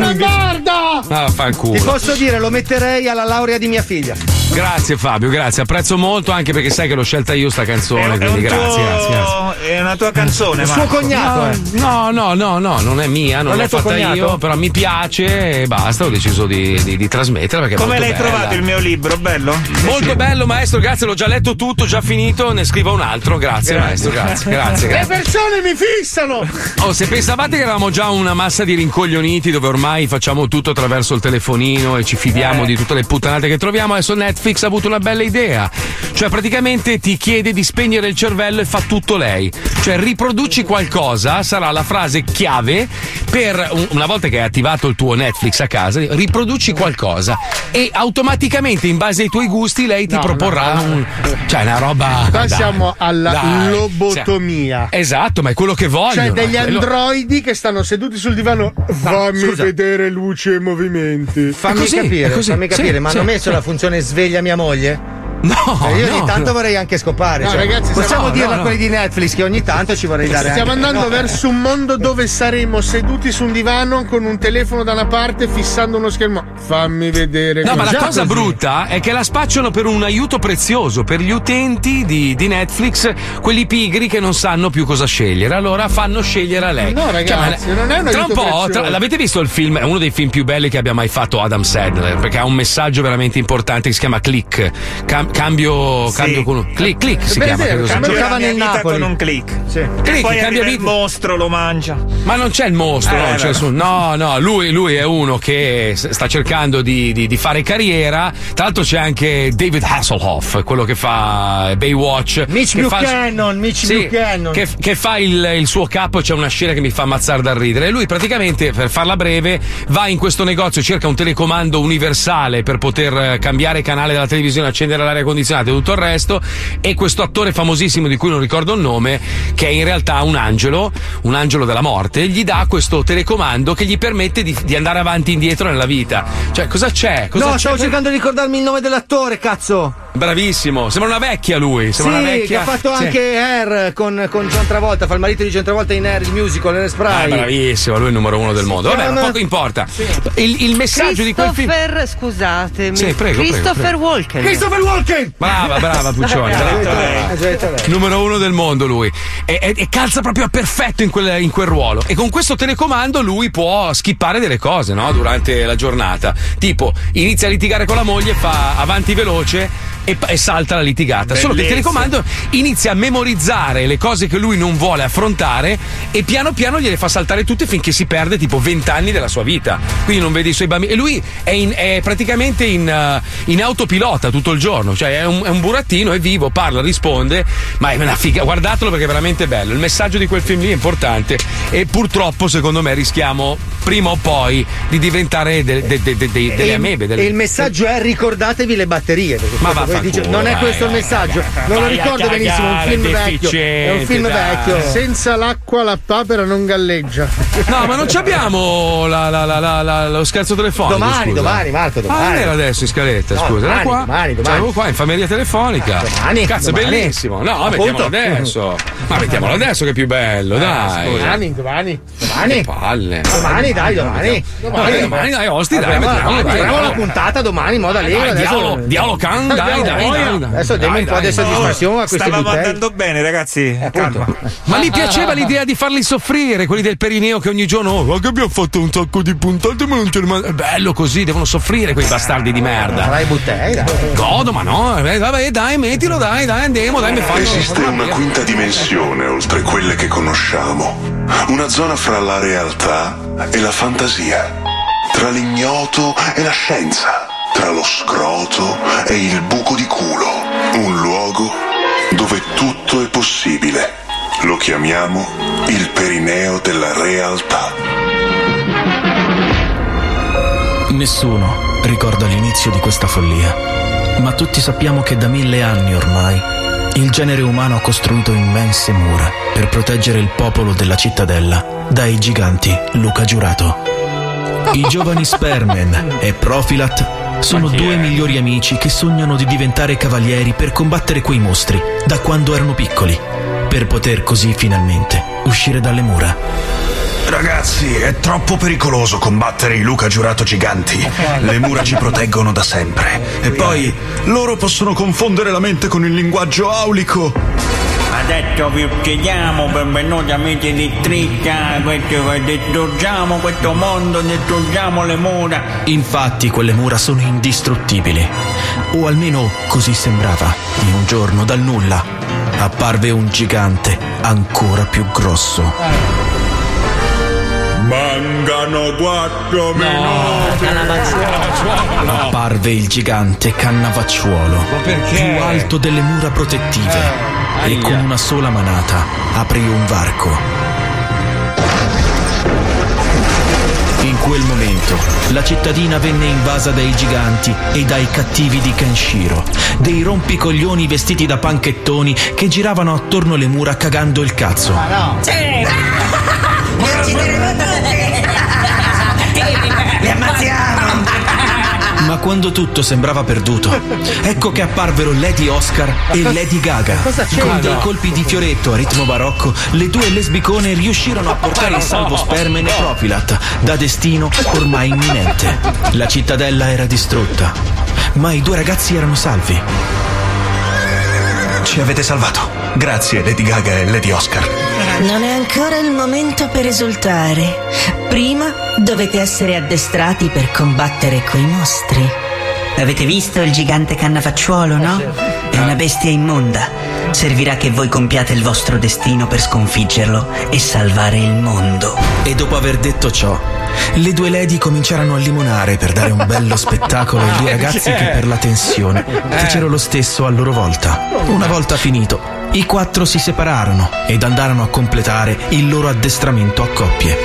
Merda! Fanculo. Ti posso dire, lo metterei alla laurea di mia figlia. Grazie Fabio, grazie, apprezzo molto anche perché sai che l'ho scelta io sta canzone, quindi grazie. È una tua canzone, il Marco. suo cognato. No, non è mia, non l'ho fatta io, però mi piace e basta, ho deciso di trasmetterla perché come è molto l'hai bella. trovato il mio libro? Bello? Molto bello maestro, grazie, l'ho già letto tutto, già finito, ne scrivo un altro, grazie. Maestro, grazie. Le persone mi fissano! Oh, se pensavate che eravamo già una massa di rincoglioniti dove ormai facciamo tutto attraverso il telefonino e ci fidiamo di tutte le puttanate che troviamo, adesso Netflix ha avuto una bella idea, cioè praticamente ti chiede di spegnere il cervello e fa tutto lei, cioè riproduci qualcosa, sarà la frase chiave per una volta che hai attivato il tuo Netflix a casa, riproduci qualcosa e automaticamente in base ai tuoi gusti lei ti proporrà cioè una roba. Qua siamo alla lobotomia. Esatto, ma è quello che voglio. Cioè degli androidi che stanno seduti sul divano. Fammi vedere luci e movimenti. Fammi capire, ma hanno messo la funzione sveglia mia moglie? No, io ogni tanto vorrei anche scopare. No, cioè, ragazzi, possiamo dirlo a no. quelli di Netflix che ogni tanto ci vorrei dare. Stiamo andando verso un mondo dove saremo seduti su un divano con un telefono da una parte fissando uno schermo. Fammi vedere. No, ma la cosa così. brutta è che la spacciano per un aiuto prezioso per gli utenti di Netflix, quelli pigri che non sanno più cosa scegliere. Allora fanno scegliere a lei. No, ragazzi, non è un tra un aiuto po', prezioso. l'avete visto il film? È uno dei film più belli che abbia mai fatto Adam Sandler, perché ha un messaggio veramente importante che si chiama Click. Cambio con click si chiama. Giocava nel Napoli con un click. Sì. E poi arriva il mostro, lo mangia. Ma non c'è il mostro, no, lui è uno che sta cercando di fare carriera. Tra l'altro c'è anche David Hasselhoff, quello che fa Baywatch. Mitch Buchanan. Che fa il suo capo. C'è una scena che mi fa ammazzare dal ridere. E lui praticamente, per farla breve, va in questo negozio, cerca un telecomando universale per poter cambiare canale della televisione, accendere l'aria condizionata e tutto il resto, e questo attore famosissimo di cui non ricordo il nome, che è in realtà un angelo della morte, gli dà questo telecomando che gli permette di andare avanti e indietro nella vita. Cioè, cosa c'è? Stavo cercando di ricordarmi il nome dell'attore, cazzo. Bravissimo, sembra una vecchia lui, sembra una vecchia. Che ha fatto anche Air con John Travolta, fa il marito di John Travolta in Air, il musical, Air Spray. Bravissimo, lui è il numero uno del mondo. Vabbè, ma poco importa. Sì. Il messaggio di quel film. Scusatemi. Sì, prego. Christopher Walken. Brava Puccioni. Numero uno del mondo lui. E calza proprio perfetto in quel ruolo. E con questo telecomando lui può skippare delle cose, no? Durante la giornata. Tipo, inizia a litigare con la moglie, fa avanti veloce e salta la litigata. Bellissimo. Solo che il telecomando inizia a memorizzare le cose che lui non vuole affrontare e piano piano gliele fa saltare tutte finché si perde tipo 20 anni della sua vita. Quindi non vede i suoi bambini. E lui è praticamente in autopilota tutto il giorno. Cioè è un burattino, è vivo, parla, risponde. Ma è una figa. Guardatelo perché è veramente bello. Il messaggio di quel film lì è importante. E purtroppo, secondo me, rischiamo prima o poi di diventare delle amebe. E il messaggio è: ricordatevi le batterie. Ma non è questo il messaggio. Non lo ricordo benissimo. È un film vecchio. È un film vecchio. Senza l'acqua la papera non galleggia. No, ma non abbiamo lo scherzo telefonico. Domani, Marco. Domani. Non era adesso in scaletta, scusa. Era qua. Domani. C'avevo qua in famiglia telefonica. Domani. Cazzo, domani. Bellissimo. No, mettiamolo adesso. Ma mettiamolo adesso che è più bello, dai. Domani. Che palle. Domani, dai, osti, dai. Apriamo la puntata domani, moda Lega. Diavolo can, dai. Adesso diamo un po' di soddisfazione a questi Stavamo butelli. andando bene, ragazzi. Calma. Ma mi piaceva l'idea di farli soffrire, quelli del Perineo che ogni giorno che abbiamo fatto un sacco di puntate, ma non ce ne è bello così, devono soffrire quei bastardi di merda. Dai butelli, dai. Godo, ma no, vabbè, dai, mettilo, dai, andiamo, dai, mi fanno. Esiste una quinta dimensione oltre quelle che conosciamo, una zona fra la realtà e la fantasia, tra l'ignoto e la scienza, tra lo scroto e il buco di culo, un luogo dove tutto è possibile. Lo chiamiamo il Perineo della realtà. Nessuno ricorda l'inizio di questa follia, ma tutti sappiamo che da 1000 anni ormai il genere umano ha costruito immense mura per proteggere il popolo della cittadella dai giganti Luca Giurato. I giovani Spermen e Profilat sono due migliori amici che sognano di diventare cavalieri per combattere quei mostri da quando erano piccoli, per poter così finalmente uscire dalle mura. Ragazzi, è troppo pericoloso combattere i Luca Giurato giganti. Le mura ci proteggono da sempre. E poi loro possono confondere la mente con il linguaggio aulico. Adesso vi uccidiamo, benvenuti amici di Tricca, distruggiamo questo mondo, distruggiamo le mura. Infatti quelle mura sono indistruttibili, o almeno così sembrava. E un giorno dal nulla apparve un gigante ancora più grosso. Mancano 4 minuti. Apparve il gigante Cannavacciuolo, più alto delle mura protettive, e con una sola manata aprì un varco. In quel momento la cittadina venne invasa dai giganti e dai cattivi di Kenshiro, dei rompicoglioni vestiti da panchettoni che giravano attorno alle mura cagando il cazzo. Li ammazziamo! Ma quando tutto sembrava perduto, ecco che apparvero Lady Oscar e Lady Gaga. Con dei colpi di fioretto a ritmo barocco, le due lesbicone riuscirono a portare in salvo Spermen e Profilat da destino ormai imminente. La cittadella era distrutta, ma i due ragazzi erano salvi. Ci avete salvato. Grazie, Lady Gaga e Lady Oscar. Non è ancora il momento per esultare. Prima dovete essere addestrati per combattere quei mostri. Avete visto il gigante Cannavacciuolo, no? È una bestia immonda. Servirà che voi compiate il vostro destino per sconfiggerlo e salvare il mondo. E dopo aver detto ciò, le due lady cominciarono a limonare per dare un bello spettacolo ai due ragazzi che per la tensione fecero lo stesso a loro volta. Una volta finito, i quattro si separarono ed andarono a completare il loro addestramento a coppie.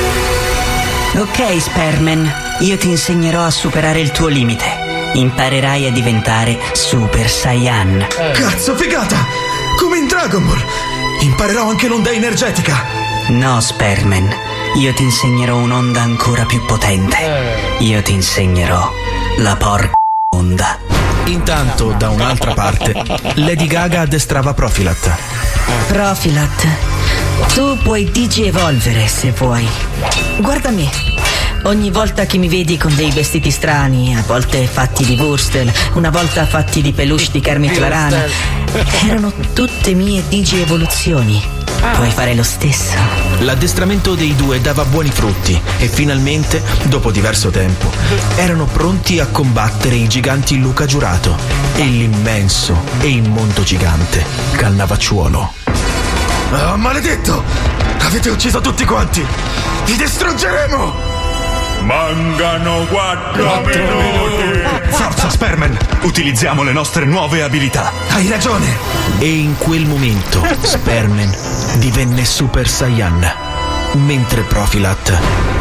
Ok, Spermen, io ti insegnerò a superare il tuo limite. Imparerai a diventare Super Saiyan. Cazzo, figata! Come in Dragon Ball! Imparerò anche l'onda energetica! No, Spermen, io ti insegnerò un'onda ancora più potente. Io ti insegnerò la porca onda. Intanto, da un'altra parte, Lady Gaga addestrava Profilat. Profilat, tu puoi digievolvere se vuoi. Guarda me. Ogni volta che mi vedi con dei vestiti strani, a volte fatti di Wurstel, una volta fatti di peluche di Kermit la rana, erano tutte mie digievoluzioni. Puoi fare lo stesso. L'addestramento dei due dava buoni frutti e finalmente, dopo diverso tempo, erano pronti a combattere i giganti Luca Giurato e l'immenso e immondo gigante Cannavacciuolo. Oh, maledetto! Avete ucciso tutti quanti! Vi distruggeremo! Mancano 4 minuti. Forza, Spermen! Utilizziamo le nostre nuove abilità. Hai ragione! E in quel momento Spermen divenne Super Saiyan, mentre Profilat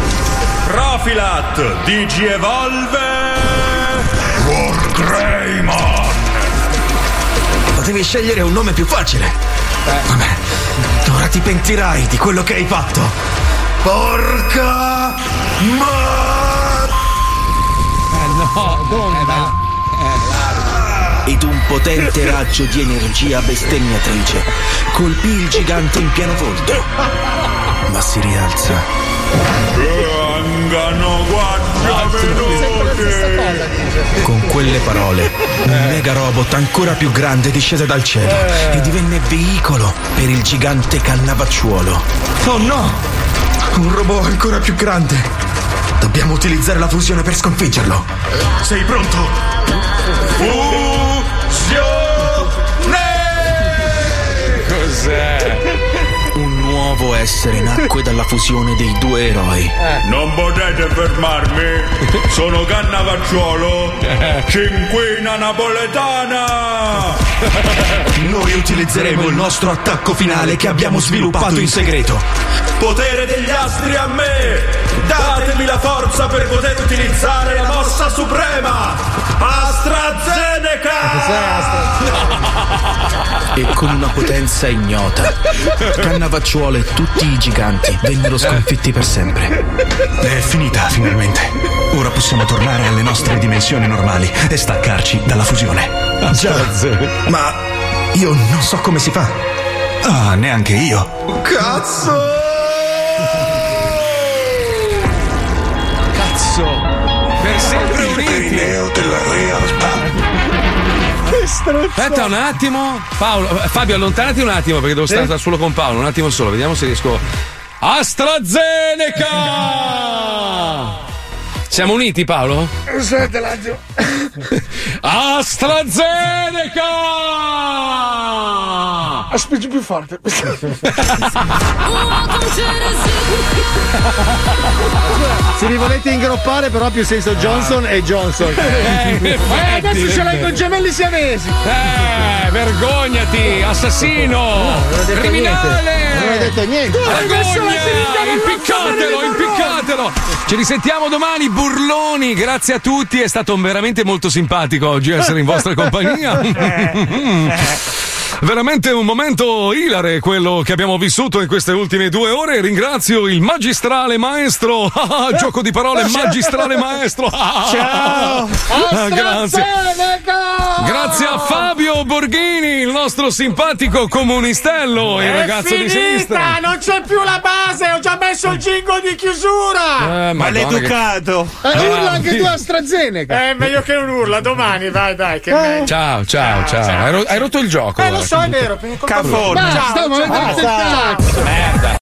digievolve Wargreymon. Potevi scegliere un nome più facile. Vabbè, ora ti pentirai di quello che hai fatto. Porca ed un potente raggio di energia bestemmiatrice colpì il gigante in pieno volto, ma si rialza. Mancano 4 minuti. Con quelle parole, un mega robot ancora più grande discese dal cielo e divenne veicolo per il gigante Cannavacciuolo. Oh no! Un robot ancora più grande. Dobbiamo utilizzare la fusione per sconfiggerlo. Sei pronto? Fusione! Cos'è? Un nuovo essere nacque dalla fusione dei due eroi. Non potete fermarmi. Sono Cannavacciuolo, cinquina napoletana. Noi utilizzeremo il nostro attacco finale che abbiamo sviluppato in segreto. Potere degli astri a me. Datemi la forza per poter utilizzare la mossa suprema. AstraZeneca. E con una potenza ignota, Cannavacciuolo e tutti i giganti vennero sconfitti per sempre. È finita finalmente. Ora possiamo tornare alle nostre dimensioni normali e staccarci dalla fusione. Già, ma io non so come si fa. Ah, neanche io. Cazzo! Per sempre uniti. Della realtà. Aspetta un attimo. Fabio, allontanati un attimo perché devo stare da solo con Paolo. Un attimo solo, vediamo se riesco. AstraZeneca! Siamo uniti, Paolo? Aspetta un attimo. AstraZeneca! Spingi più forte. Se li volete ingroppare, però ha più senso Johnson e Johnson. Adesso ce l'hai con gemelli siamesi. Vergognati, assassino! Criminale! Non hai detto niente. Vergogna! Impiccatelo! Ci risentiamo domani, burloni! Grazie a tutti, è stato veramente molto simpatico oggi essere in vostra compagnia. Veramente un momento ilare quello che abbiamo vissuto in queste ultime 2 ore. Ringrazio il magistrale maestro. Gioco di parole, magistrale maestro. Ciao. Grazie. Grazie a Fabio Borghini, il nostro simpatico comunistello, il ragazzo di sinistra. Non c'è più la base, ho già messo il jingle di chiusura. Maleducato. Urla anche tu AstraZeneca. Meglio che non urla, domani, dai. Che ciao. Hai rotto il gioco. Lo so, è vero. Cafone. Basta, ma merda.